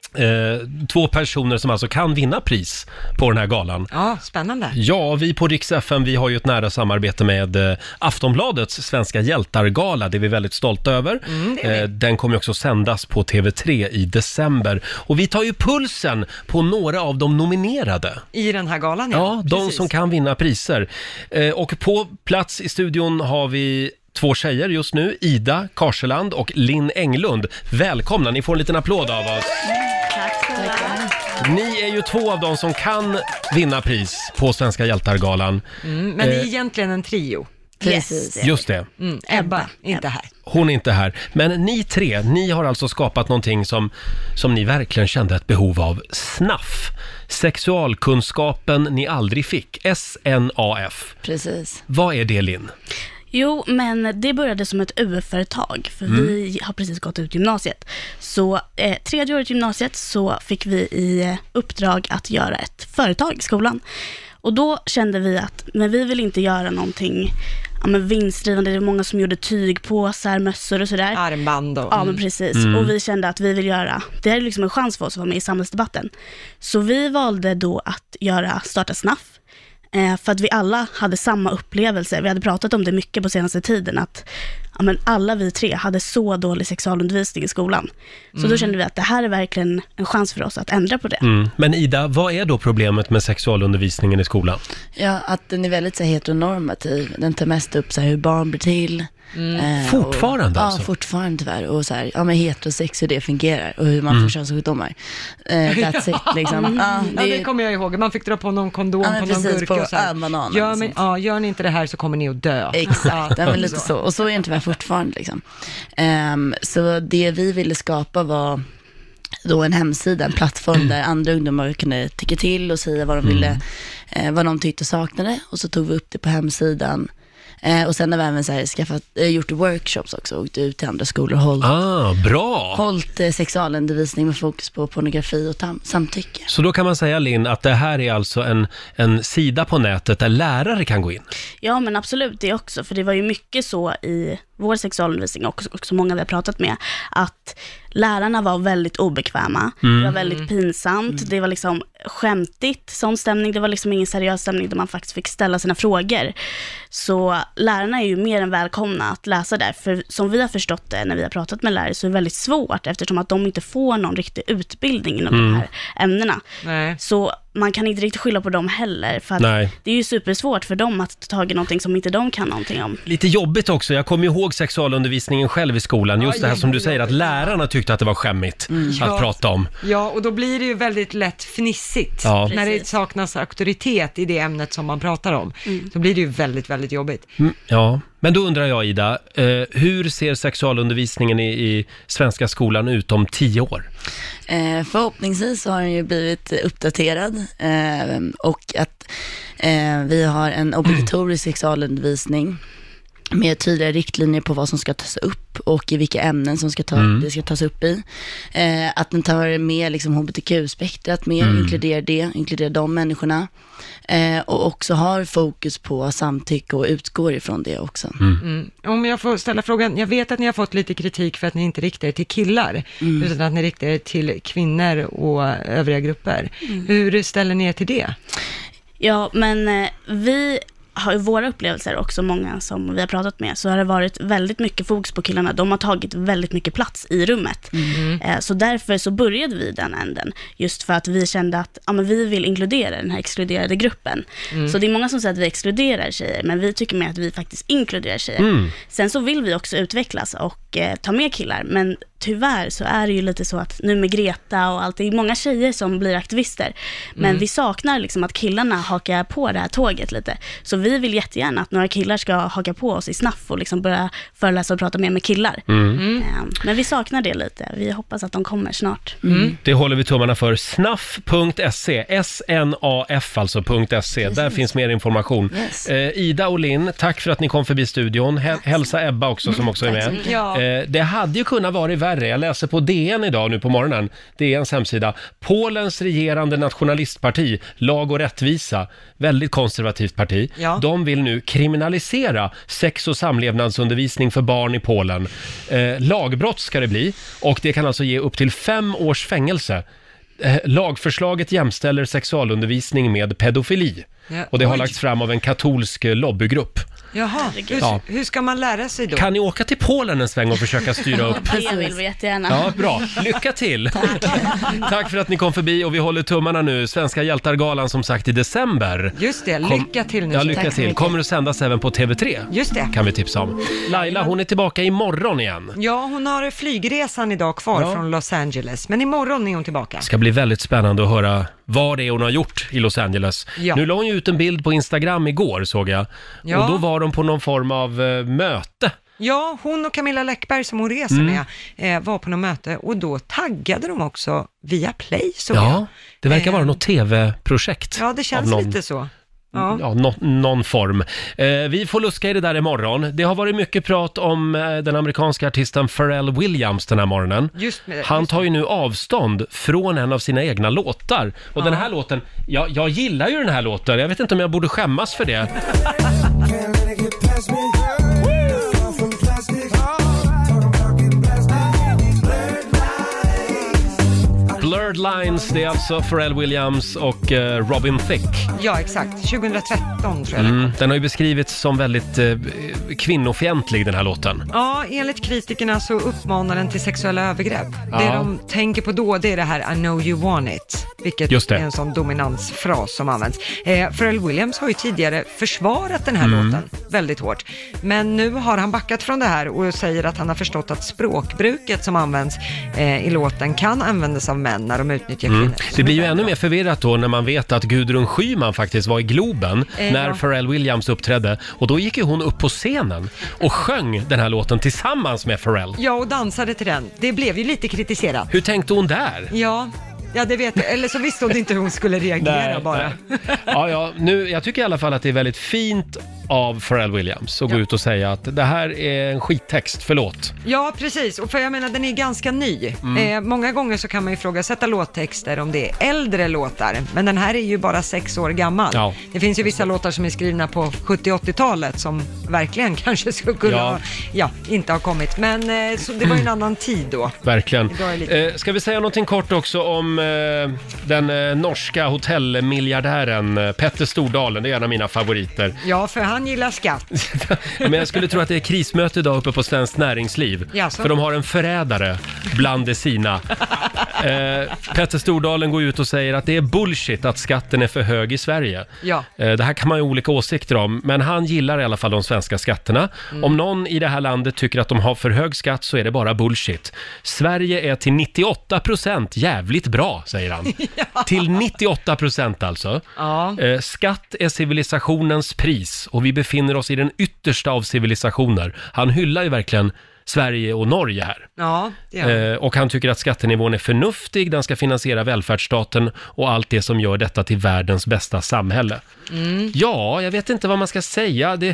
Eh, två personer som alltså kan vinna pris på den här galan. Ja, spännande. Ja, vi på Rix F M, vi har ju ett nära samarbete med eh, Aftonbladets Svenska hjältargala. Det är vi väldigt stolta över. Mm, det är vi. Eh, den kommer ju också sändas på T V tre i december. Och vi tar ju pulsen på några av de nominerade. I den här galan, ja. Ja, de Precis. som kan vinna priser. Eh, och på plats i studion har vi två tjejer just nu, Ida Karseland och Linn Englund. Välkomna, ni får en liten applåd av oss. Tack så mycket. Ni är ju två av dem som kan vinna pris på Svenska hjältargalan. Mm, men det är Eh, egentligen en trio. Precis. Just det. Mm, Ebba, inte här. Hon är inte här. Men ni tre, ni har alltså skapat någonting som, som ni verkligen kände ett behov av. S N A F. Sexualkunskapen ni aldrig fick. S N A F. Precis. Vad är det, Linn? Jo, men det började som ett U F-företag, för Mm. vi har precis gått ut gymnasiet. Så eh, tredje året i gymnasiet så fick vi i uppdrag att göra ett företag i skolan. Och då kände vi att, men vi vill inte göra någonting ja, men vinstdrivande. Det är många som gjorde tygpåsar, mössor och sådär. Armband och... Ja, men precis. Mm. Och vi kände att vi vill göra, det här är liksom en chans för oss att vara med i samhällsdebatten. Så vi valde då att göra Starta Snaff. Eh, för att vi alla hade samma upplevelse. Vi hade pratat om det mycket på senaste tiden. Att ja, men alla vi tre hade så dålig sexualundervisning i skolan. Så Mm. då kände vi att det här är verkligen en chans för oss att ändra på det. Mm. Men Ida, vad är då problemet med sexualundervisningen i skolan? Ja, att den är väldigt så här, heteronormativ. Den tar mest upp så här, hur barn blir till. Mm. Fortfarande och, alltså? Ja, fortfarande tyvärr. Och så här, ja, men heterosex, hur det fungerar och hur man Mm. får könssjukdomar. Uh, that's it, liksom. Mm. Ja, Ja, det, det kommer jag ihåg. Man fick dra på någon kondom, Ja, men på någon precis, gurka på och så här. bananen, Gör, men, liksom. ja, gör ni inte det här så kommer ni att dö. Exakt, ja, men lite Så. så. Och så är det tyvärr fortfarande. Liksom. Um, så det vi ville skapa var då en hemsida, en plattform där andra ungdomar kunde tycka till och säga vad de ville, eh, vad de tyckte saknade. Och så tog vi upp det på hemsidan. Eh, och sen har vi även så här skaffat, eh, gjort workshops också, åkt ut till andra skolor och hållit, Ah, bra! hållit eh, sexualundervisning med fokus på pornografi och tam- samtycke. Så då kan man säga, Linn, att det här är alltså en, en sida på nätet där lärare kan gå in. Ja, men absolut det också. För det var ju mycket så i vår sexualundervisning och också många vi har pratat med, att lärarna var väldigt obekväma. Mm. Det var väldigt pinsamt. Det var liksom skämtigt, sån stämning. Det var liksom ingen seriös stämning där man faktiskt fick ställa sina frågor. Så lärarna är ju mer än välkomna att läsa där. För som vi har förstått det när vi har pratat med lärare så är det väldigt svårt eftersom att de inte får någon riktig utbildning inom Mm. de här ämnena. Nej. Så man kan inte riktigt skylla på dem heller. För att Nej. det är ju supersvårt för dem att ta tag i någonting som inte de kan någonting om. Lite jobbigt också. Jag kommer ihåg sexualundervisningen själv i skolan. Just Ja, det här som du säger, att jättejobbigt. lärarna tyckte att det var skämmigt att Ja. prata om. Ja, och då blir det ju väldigt lätt fnissigt. Ja. När det Precis. saknas auktoritet i det ämnet som man pratar om. Då blir det ju väldigt, väldigt jobbigt. Mm, ja, men då undrar jag, Ida, eh, hur ser sexualundervisningen i, i svenska skolan ut om tio år? Eh, förhoppningsvis så har den ju blivit uppdaterad eh, och att eh, vi har en obligatorisk sexualundervisning med tydliga riktlinjer på vad som ska tas upp och i vilka ämnen som ska ta, Mm. det ska tas upp i. Eh, att den tar med liksom H B T Q-spektrat mer, Mm. inkluderar det, inkluderar de människorna. Eh, och också har fokus på samtycke och utgår ifrån det också. Mm. Om jag får ställa frågan, jag vet att ni har fått lite kritik för att ni inte riktar er till killar, Mm. utan att ni riktar er till kvinnor och övriga grupper. Mm. Hur ställer ni er till det? Ja, men eh, vi har ju våra upplevelser också, många som vi har pratat med, så har det varit väldigt mycket fokus på killarna. De har tagit väldigt mycket plats i rummet. Mm. Eh, så därför så började vi den änden. Just för att vi kände att ja, men vi vill inkludera den här exkluderade gruppen. Mm. Så det är många som säger att vi exkluderar tjejer, men vi tycker mer att vi faktiskt inkluderar tjejer. Mm. Sen så vill vi också utvecklas och eh, ta med killar, men tyvärr så är det ju lite så att nu med Greta och allt, det är många tjejer som blir aktivister, men Mm. vi saknar liksom att killarna hakar på det här tåget lite. Så vi vill jättegärna att några killar ska haka på oss i snaff och liksom börja föreläsa och prata mer med killar. Mm. Eh, Men vi saknar det lite. Vi hoppas att de kommer snart. Det håller vi tummarna för. snaff punkt se, S N A F alltså .se. Där finns mer information. Yes. Eh, Ida och Linn, tack för att ni kom förbi studion. Häl- hälsa Ebba också som också är Tack så med. mycket. Ja. Eh, det hade ju kunnat vara värre. Jag läser på D N idag nu på morgonen. D N:s hemsida. Polens regerande nationalistparti, Lag och rättvisa, väldigt konservativt parti. Ja. De vill nu kriminalisera sex- och samlevnadsundervisning för barn i Polen. Eh, lagbrott ska det bli och det kan alltså ge upp till fem års fängelse. Eh, lagförslaget jämställer sexualundervisning med pedofili. Ja. Och det har Oj. lagts fram av en katolsk eh, lobbygrupp. Jaha, hur, Ja. hur ska man lära sig då? Kan ni åka till Polen en sväng och försöka styra upp? Det vill vi jättegärna. Ja, bra. Lycka till! Tack för att ni kom förbi och vi håller tummarna nu. Svenska hjältargalan som sagt i december. Just det, Kom- lycka till nu. Ja, lycka Tack så till. mycket. Kommer att sändas även på T V tre. Just det. Kan vi tipsa om. Laila, hon är tillbaka imorgon igen. Ja, hon har flygresan idag kvar Ja. från Los Angeles, men imorgon är hon tillbaka. Det ska bli väldigt spännande att höra vad det är hon har gjort i Los Angeles. Ja. Nu la hon ju ut en bild på Instagram igår såg jag. Ja. Och då var de på någon form av eh, möte. Ja, hon och Camilla Läckberg som hon reser Mm. med eh, var på något möte och då taggade de också via Play såg jag. Ja, det verkar Eh. vara något tv-projekt. Ja, det känns av någon, lite så. Ja. Ja, nå- någon form. Eh, vi får luska i det där imorgon. Det har varit mycket prat om eh, den amerikanska artisten Pharrell Williams den här morgonen. Just med det, Han just tar ju nu avstånd från en av sina egna låtar. Och Ja. den här låten, ja, jag gillar ju den här låten. Jag vet inte om jag borde skämmas för det. Can't let it get past pass me. Far from plastic. Talking about getting blasted. These blurred lines. Blurred Lines, det är alltså Pharrell Williams och eh, Robin Thicke. Ja, exakt. tjugohundratretton tror jag. Mm, den har ju beskrivits som väldigt eh, kvinnofientlig, den här låten. Ja, enligt kritikerna så uppmanar den till sexuella övergrepp. Ja. Det de tänker på då, det är det här I know you want it. Vilket Just det. är en sån dominansfras som används. Eh, Pharrell Williams har ju tidigare försvarat den här Mm. låten väldigt hårt. Men nu har han backat från det här och säger att han har förstått att språkbruket som används eh, i låten kan användas av män när de utnyttjar kvinnor. Mm. Det blir ju ännu mer förvirrat då när man vet att Gudrun Schyman faktiskt var i Globen Eh, när ja. Pharrell Williams uppträdde. Och då gick ju hon upp på scenen och sjöng den här låten tillsammans med Pharrell. Ja, och dansade till den. Det blev ju lite kritiserat. Hur tänkte hon där? Ja, ja det vet jag. Eller så visste hon inte hur hon skulle reagera Nej, bara. Ja, ja, nu, jag tycker i alla fall att det är väldigt fint av Pharrell Williams att gå ut och säga att det här är en skittext, förlåt. Ja, precis. Och för jag menar, den är ganska ny. Mm. Eh, många gånger så kan man ju ifrågasätta låttexter om det är äldre låtar. Men den här är ju bara sex år gammal. Ja. Det finns ju vissa låtar som är skrivna på sjuttio- åttiotalet som verkligen kanske skulle Ja. ha, ja, inte ha kommit. Men eh, så det var ju en annan tid då. Verkligen. Idag är lite- Eh, ska vi säga någonting kort också om eh, den eh, norska hotellmiljardären eh, Petter Stordalen, det är en av mina favoriter. Ja, för han gillar skatt. Men jag skulle tro att det är krismöte idag uppe på Svenskt Näringsliv. Jaså? För de har en förrädare bland de sina. Eh, Petter Stordalen går ut och säger att det är bullshit att skatten är för hög i Sverige. Ja. Eh, det här kan man ju ha olika åsikter om, men han gillar i alla fall de svenska skatterna. Mm. Om någon i det här landet tycker att de har för hög skatt så är det bara bullshit. Sverige är till nittioåtta procent jävligt bra, säger han. Till nittioåtta procent alltså. Ja. Eh, skatt är civilisationens pris och vi befinner oss i den yttersta av civilisationer. Han hyllar ju verkligen Sverige och Norge här. Ja, det gör han. Eh, och han tycker att skattenivån är förnuftig, den ska finansiera välfärdsstaten och allt det som gör detta till världens bästa samhälle. Mm. Ja, jag vet inte vad man ska säga. Det,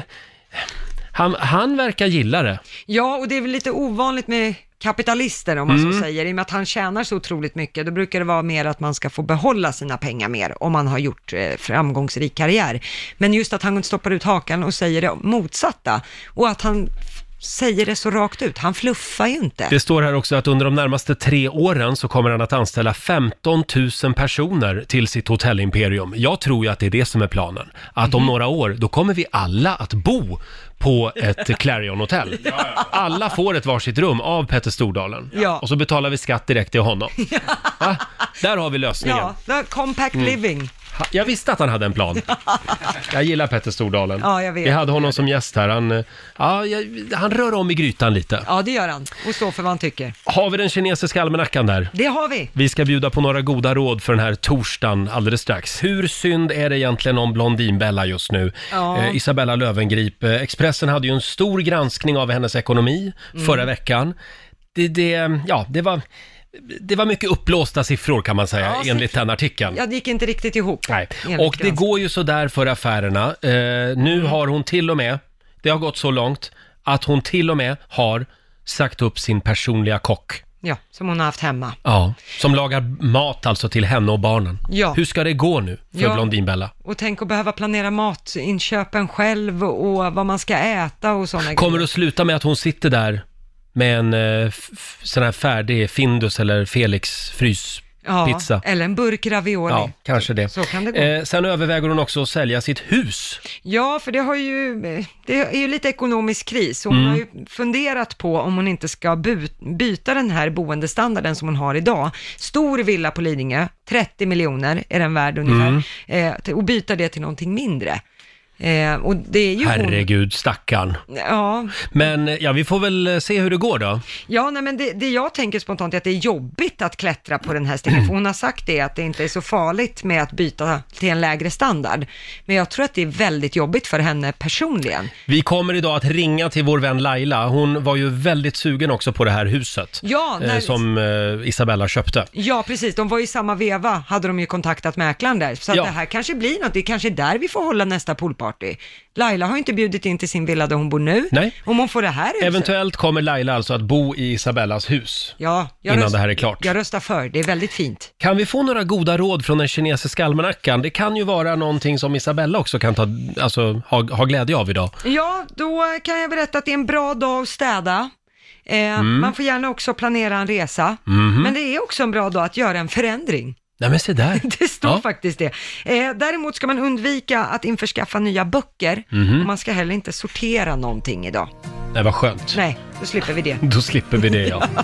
han, han verkar gilla det. Ja, och det är väl lite ovanligt med kapitalister om man Mm. så säger, i och med att han tjänar så otroligt mycket, då brukar det vara mer att man ska få behålla sina pengar mer om man har gjort eh, framgångsrik karriär. Men just att han stoppar ut hakan och säger det motsatta, och att han f- säger det så rakt ut, han fluffar ju inte. Det står här också att under de närmaste tre åren så kommer han att anställa femton tusen personer till sitt hotellimperium. Jag tror ju att det är det som är planen. Att om några år, då kommer vi alla att bo på ett Clarion-hotell. Alla får ett varsitt rum av Petter Stordalen. Ja. Och så betalar vi skatt direkt till honom. Va? Där har vi lösningen. Ja, the compact Mm. living. Ha- Jag visste att han hade en plan. Jag gillar Petter Stordalen. Ja, jag vet. Vi hade honom som gäst här. Han, eh, ja, jag- han rör om i grytan lite. Ja, det gör han. Och står för vad han tycker. Har vi den kinesiska almanackan där? Det har vi. Vi ska bjuda på några goda råd för den här torsdagen alldeles strax. Hur synd är det egentligen om Blondinbella just nu? Ja. Eh, Isabella Löwengrip. Eh, Expressen hade ju en stor granskning av hennes ekonomi Mm. förra veckan. Det, det, ja, det var... Det var mycket uppblåsta siffror kan man säga, Ja, enligt den artikeln. Ja, det gick inte riktigt ihop. Nej. enligt Och det granskningen. går ju så där för affärerna. Eh, nu Mm. har hon till och med, det har gått så långt, att hon till och med har sagt upp sin personliga kock. Ja, som hon har haft hemma. Ja, som lagar mat alltså till henne och barnen. Ja. Hur ska det gå nu för Ja. Blondinbella? Och tänk att behöva planera matinköpen själv och vad man ska äta och sådana Kommer grejer. det att sluta med att hon sitter där med en eh, f- f- sån här färdig Findus eller Felix fryspizza? Ja, eller en burk ravioli. Ja, kanske det. Så kan det gå. Eh, sen överväger hon också att sälja sitt hus. Ja, för det har ju, det är ju lite ekonomisk kris och hon Mm. har ju funderat på om hon inte ska bu- byta den här boendestandarden som hon har idag. Stor villa på Lidingö, trettio miljoner är den värd ungefär, Mm. eh, till- och byta det till någonting mindre. Eh, och det är ju hon... Herregud, stackarn. Ja, Men eh, ja, vi får väl eh, se hur det går då. Ja, nej, men det, det jag tänker spontant är att det är jobbigt att klättra på den här stegen, för hon har sagt det, att det inte är så farligt med att byta till en lägre standard. Men jag tror att det är väldigt jobbigt för henne personligen. Vi kommer idag att ringa till vår vän Laila. Hon var ju väldigt sugen också på det här huset. Ja, när- eh, som eh, Isabella köpte. Ja, precis. De var i samma veva, hade de ju kontaktat mäklaren där. Så att Ja. det här kanske blir något, det är kanske där vi får hålla nästa poolparty. party. Laila har ju inte bjudit in till sin villa där hon bor nu. Nej. Om hon får det här huset. Eventuellt kommer Laila alltså att bo i Isabellas hus. Ja, jag innan röst, det här är klart. Jag röstar för, det är väldigt fint. Kan vi få några goda råd från den kinesiska almanackan? Det kan ju vara någonting som Isabella också kan ta, alltså, ha, ha glädje av idag. Ja, då kan jag berätta att det är en bra dag att städa. Eh, Mm. Man får gärna också planera en resa. Mhm. Men det är också en bra dag att göra en förändring. Nej men se där. Det står Ja. faktiskt det. Eh, däremot ska man undvika att införskaffa nya böcker. Mhm. Och man ska heller inte sortera någonting idag. Nej, vad skönt. Nej, då slipper vi det. Då slipper vi det, ja.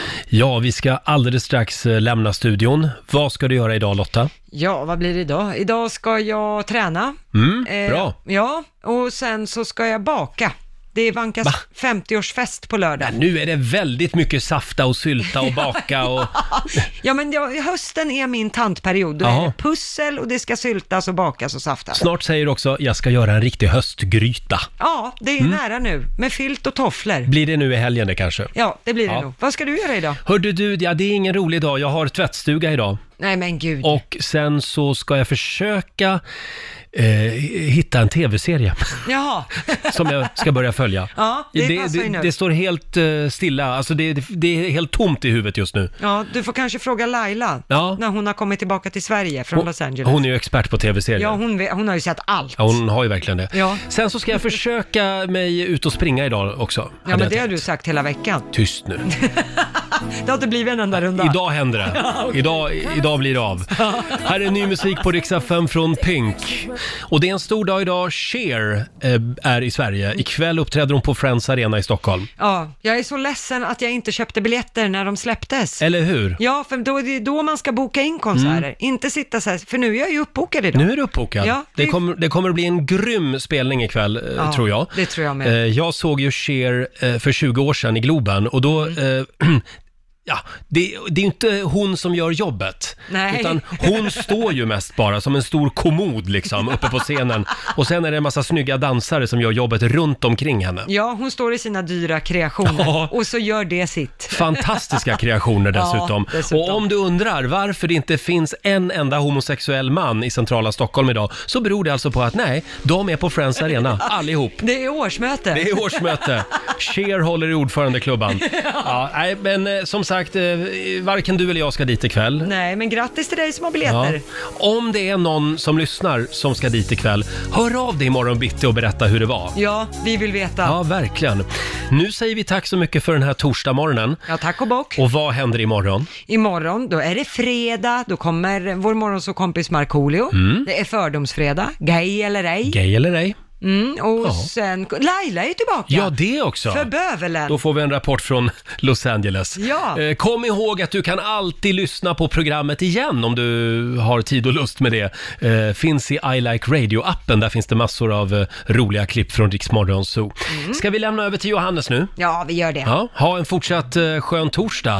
Ja, vi ska alldeles strax eh, lämna studion. Vad ska du göra idag, Lotta? Ja, vad blir det idag? Idag ska jag träna. Mm, bra. Ja, och sen så ska jag baka. Det är Vankas femtioårsfest på lördag. Ja, nu är det väldigt mycket safta och sylta och baka och... Ja, men ja, hösten är min tantperiod. Då Jaha. är det pussel och det ska syltas och bakas och saftas. Snart säger du också, jag ska göra en riktig höstgryta. Ja, det är Mm. nära nu. Med filt och tofflor. Blir det nu i helgen det kanske? Ja, det blir det Ja. nog. Vad ska du göra idag? Hörde du, ja, det är ingen rolig dag. Jag har tvättstuga idag. Nej, men gud. Och sen så ska jag försöka eh, hitta en tv-serie Jaha. som jag ska börja följa. Ja, det det, passar ju det, nu. det står helt eh, stilla, alltså det, det, det är helt tomt i huvudet just nu. Ja, du får kanske fråga Laila Ja. när hon har kommit tillbaka till Sverige från Los Angeles. Hon är ju expert på tv-serier. Ja, hon, vet- hon har ju sett allt. Ja, hon har ju verkligen det. Ja. Sen så ska jag försöka mig ut och springa idag också. Ja, hade men jag det har tänkt. du sagt hela veckan. Tyst nu. Det har inte blivit en enda runda. Idag händer det. Ja, okej. Idag, idag blir det av. Här är ny musik på Rix F M från Pink. Och det är en stor dag idag. Cher eh, är i Sverige. Ikväll uppträder hon på Friends Arena i Stockholm. Ja, jag är så ledsen att jag inte köpte biljetter när de släpptes. Eller hur? Ja, för då är det då man ska boka in konserter. Mm. Inte sitta så här, för nu är jag ju uppbokad idag. Nu är du uppbokad. Ja, det, det- kommer, det kommer att bli en grym spelning ikväll, eh, Ja, tror jag. det tror jag med. Eh, Jag såg ju Cher eh, för tjugo år sedan i Globen och då... Mm. Eh, ja, det, det är ju inte hon som gör jobbet. Nej. Utan hon står ju mest bara som en stor kommod liksom uppe på scenen. Och sen är det en massa snygga dansare som gör jobbet runt omkring henne. Ja, hon står i sina dyra kreationer Ja. och så gör det sitt. Fantastiska kreationer dessutom. Ja, dessutom. Och om du undrar varför det inte finns en enda homosexuell man i centrala Stockholm idag, så beror det alltså på att nej, de är på Friends Arena, allihop. Det är årsmöte. Det är årsmöte. Cher håller i ordförandeklubban. Ja, nej, men eh, som sagt, eh, varken du eller jag ska dit ikväll. Nej, men grattis till dig som har biljetter. Ja. Om det är någon som lyssnar som ska dit ikväll, hör av dig imorgon bitti och berätta hur det var. Ja, vi vill veta. Ja, verkligen. Nu säger vi tack så mycket för den här torsdagmorgonen. Ja, tack och bock. Och vad händer imorgon? Imorgon, då är det fredag, då kommer vår morgonsåkompis Markoolio. Mm. Det är fördomsfredag, gay eller ej. Gay eller ej? Mm, och Ja. sen, Laila är tillbaka. Ja, det också. För bövelen. Då får vi en rapport från Los Angeles. Ja. Eh, kom ihåg att du kan alltid lyssna på programmet igen om du har tid och lust med det. Eh, finns i I Like Radio-appen, där finns det massor av eh, roliga klipp från Rix Morgon Zoo. Mm. Ska vi lämna över till Johannes nu? Ja, vi gör det. Ja, ha en fortsatt eh, skön torsdag.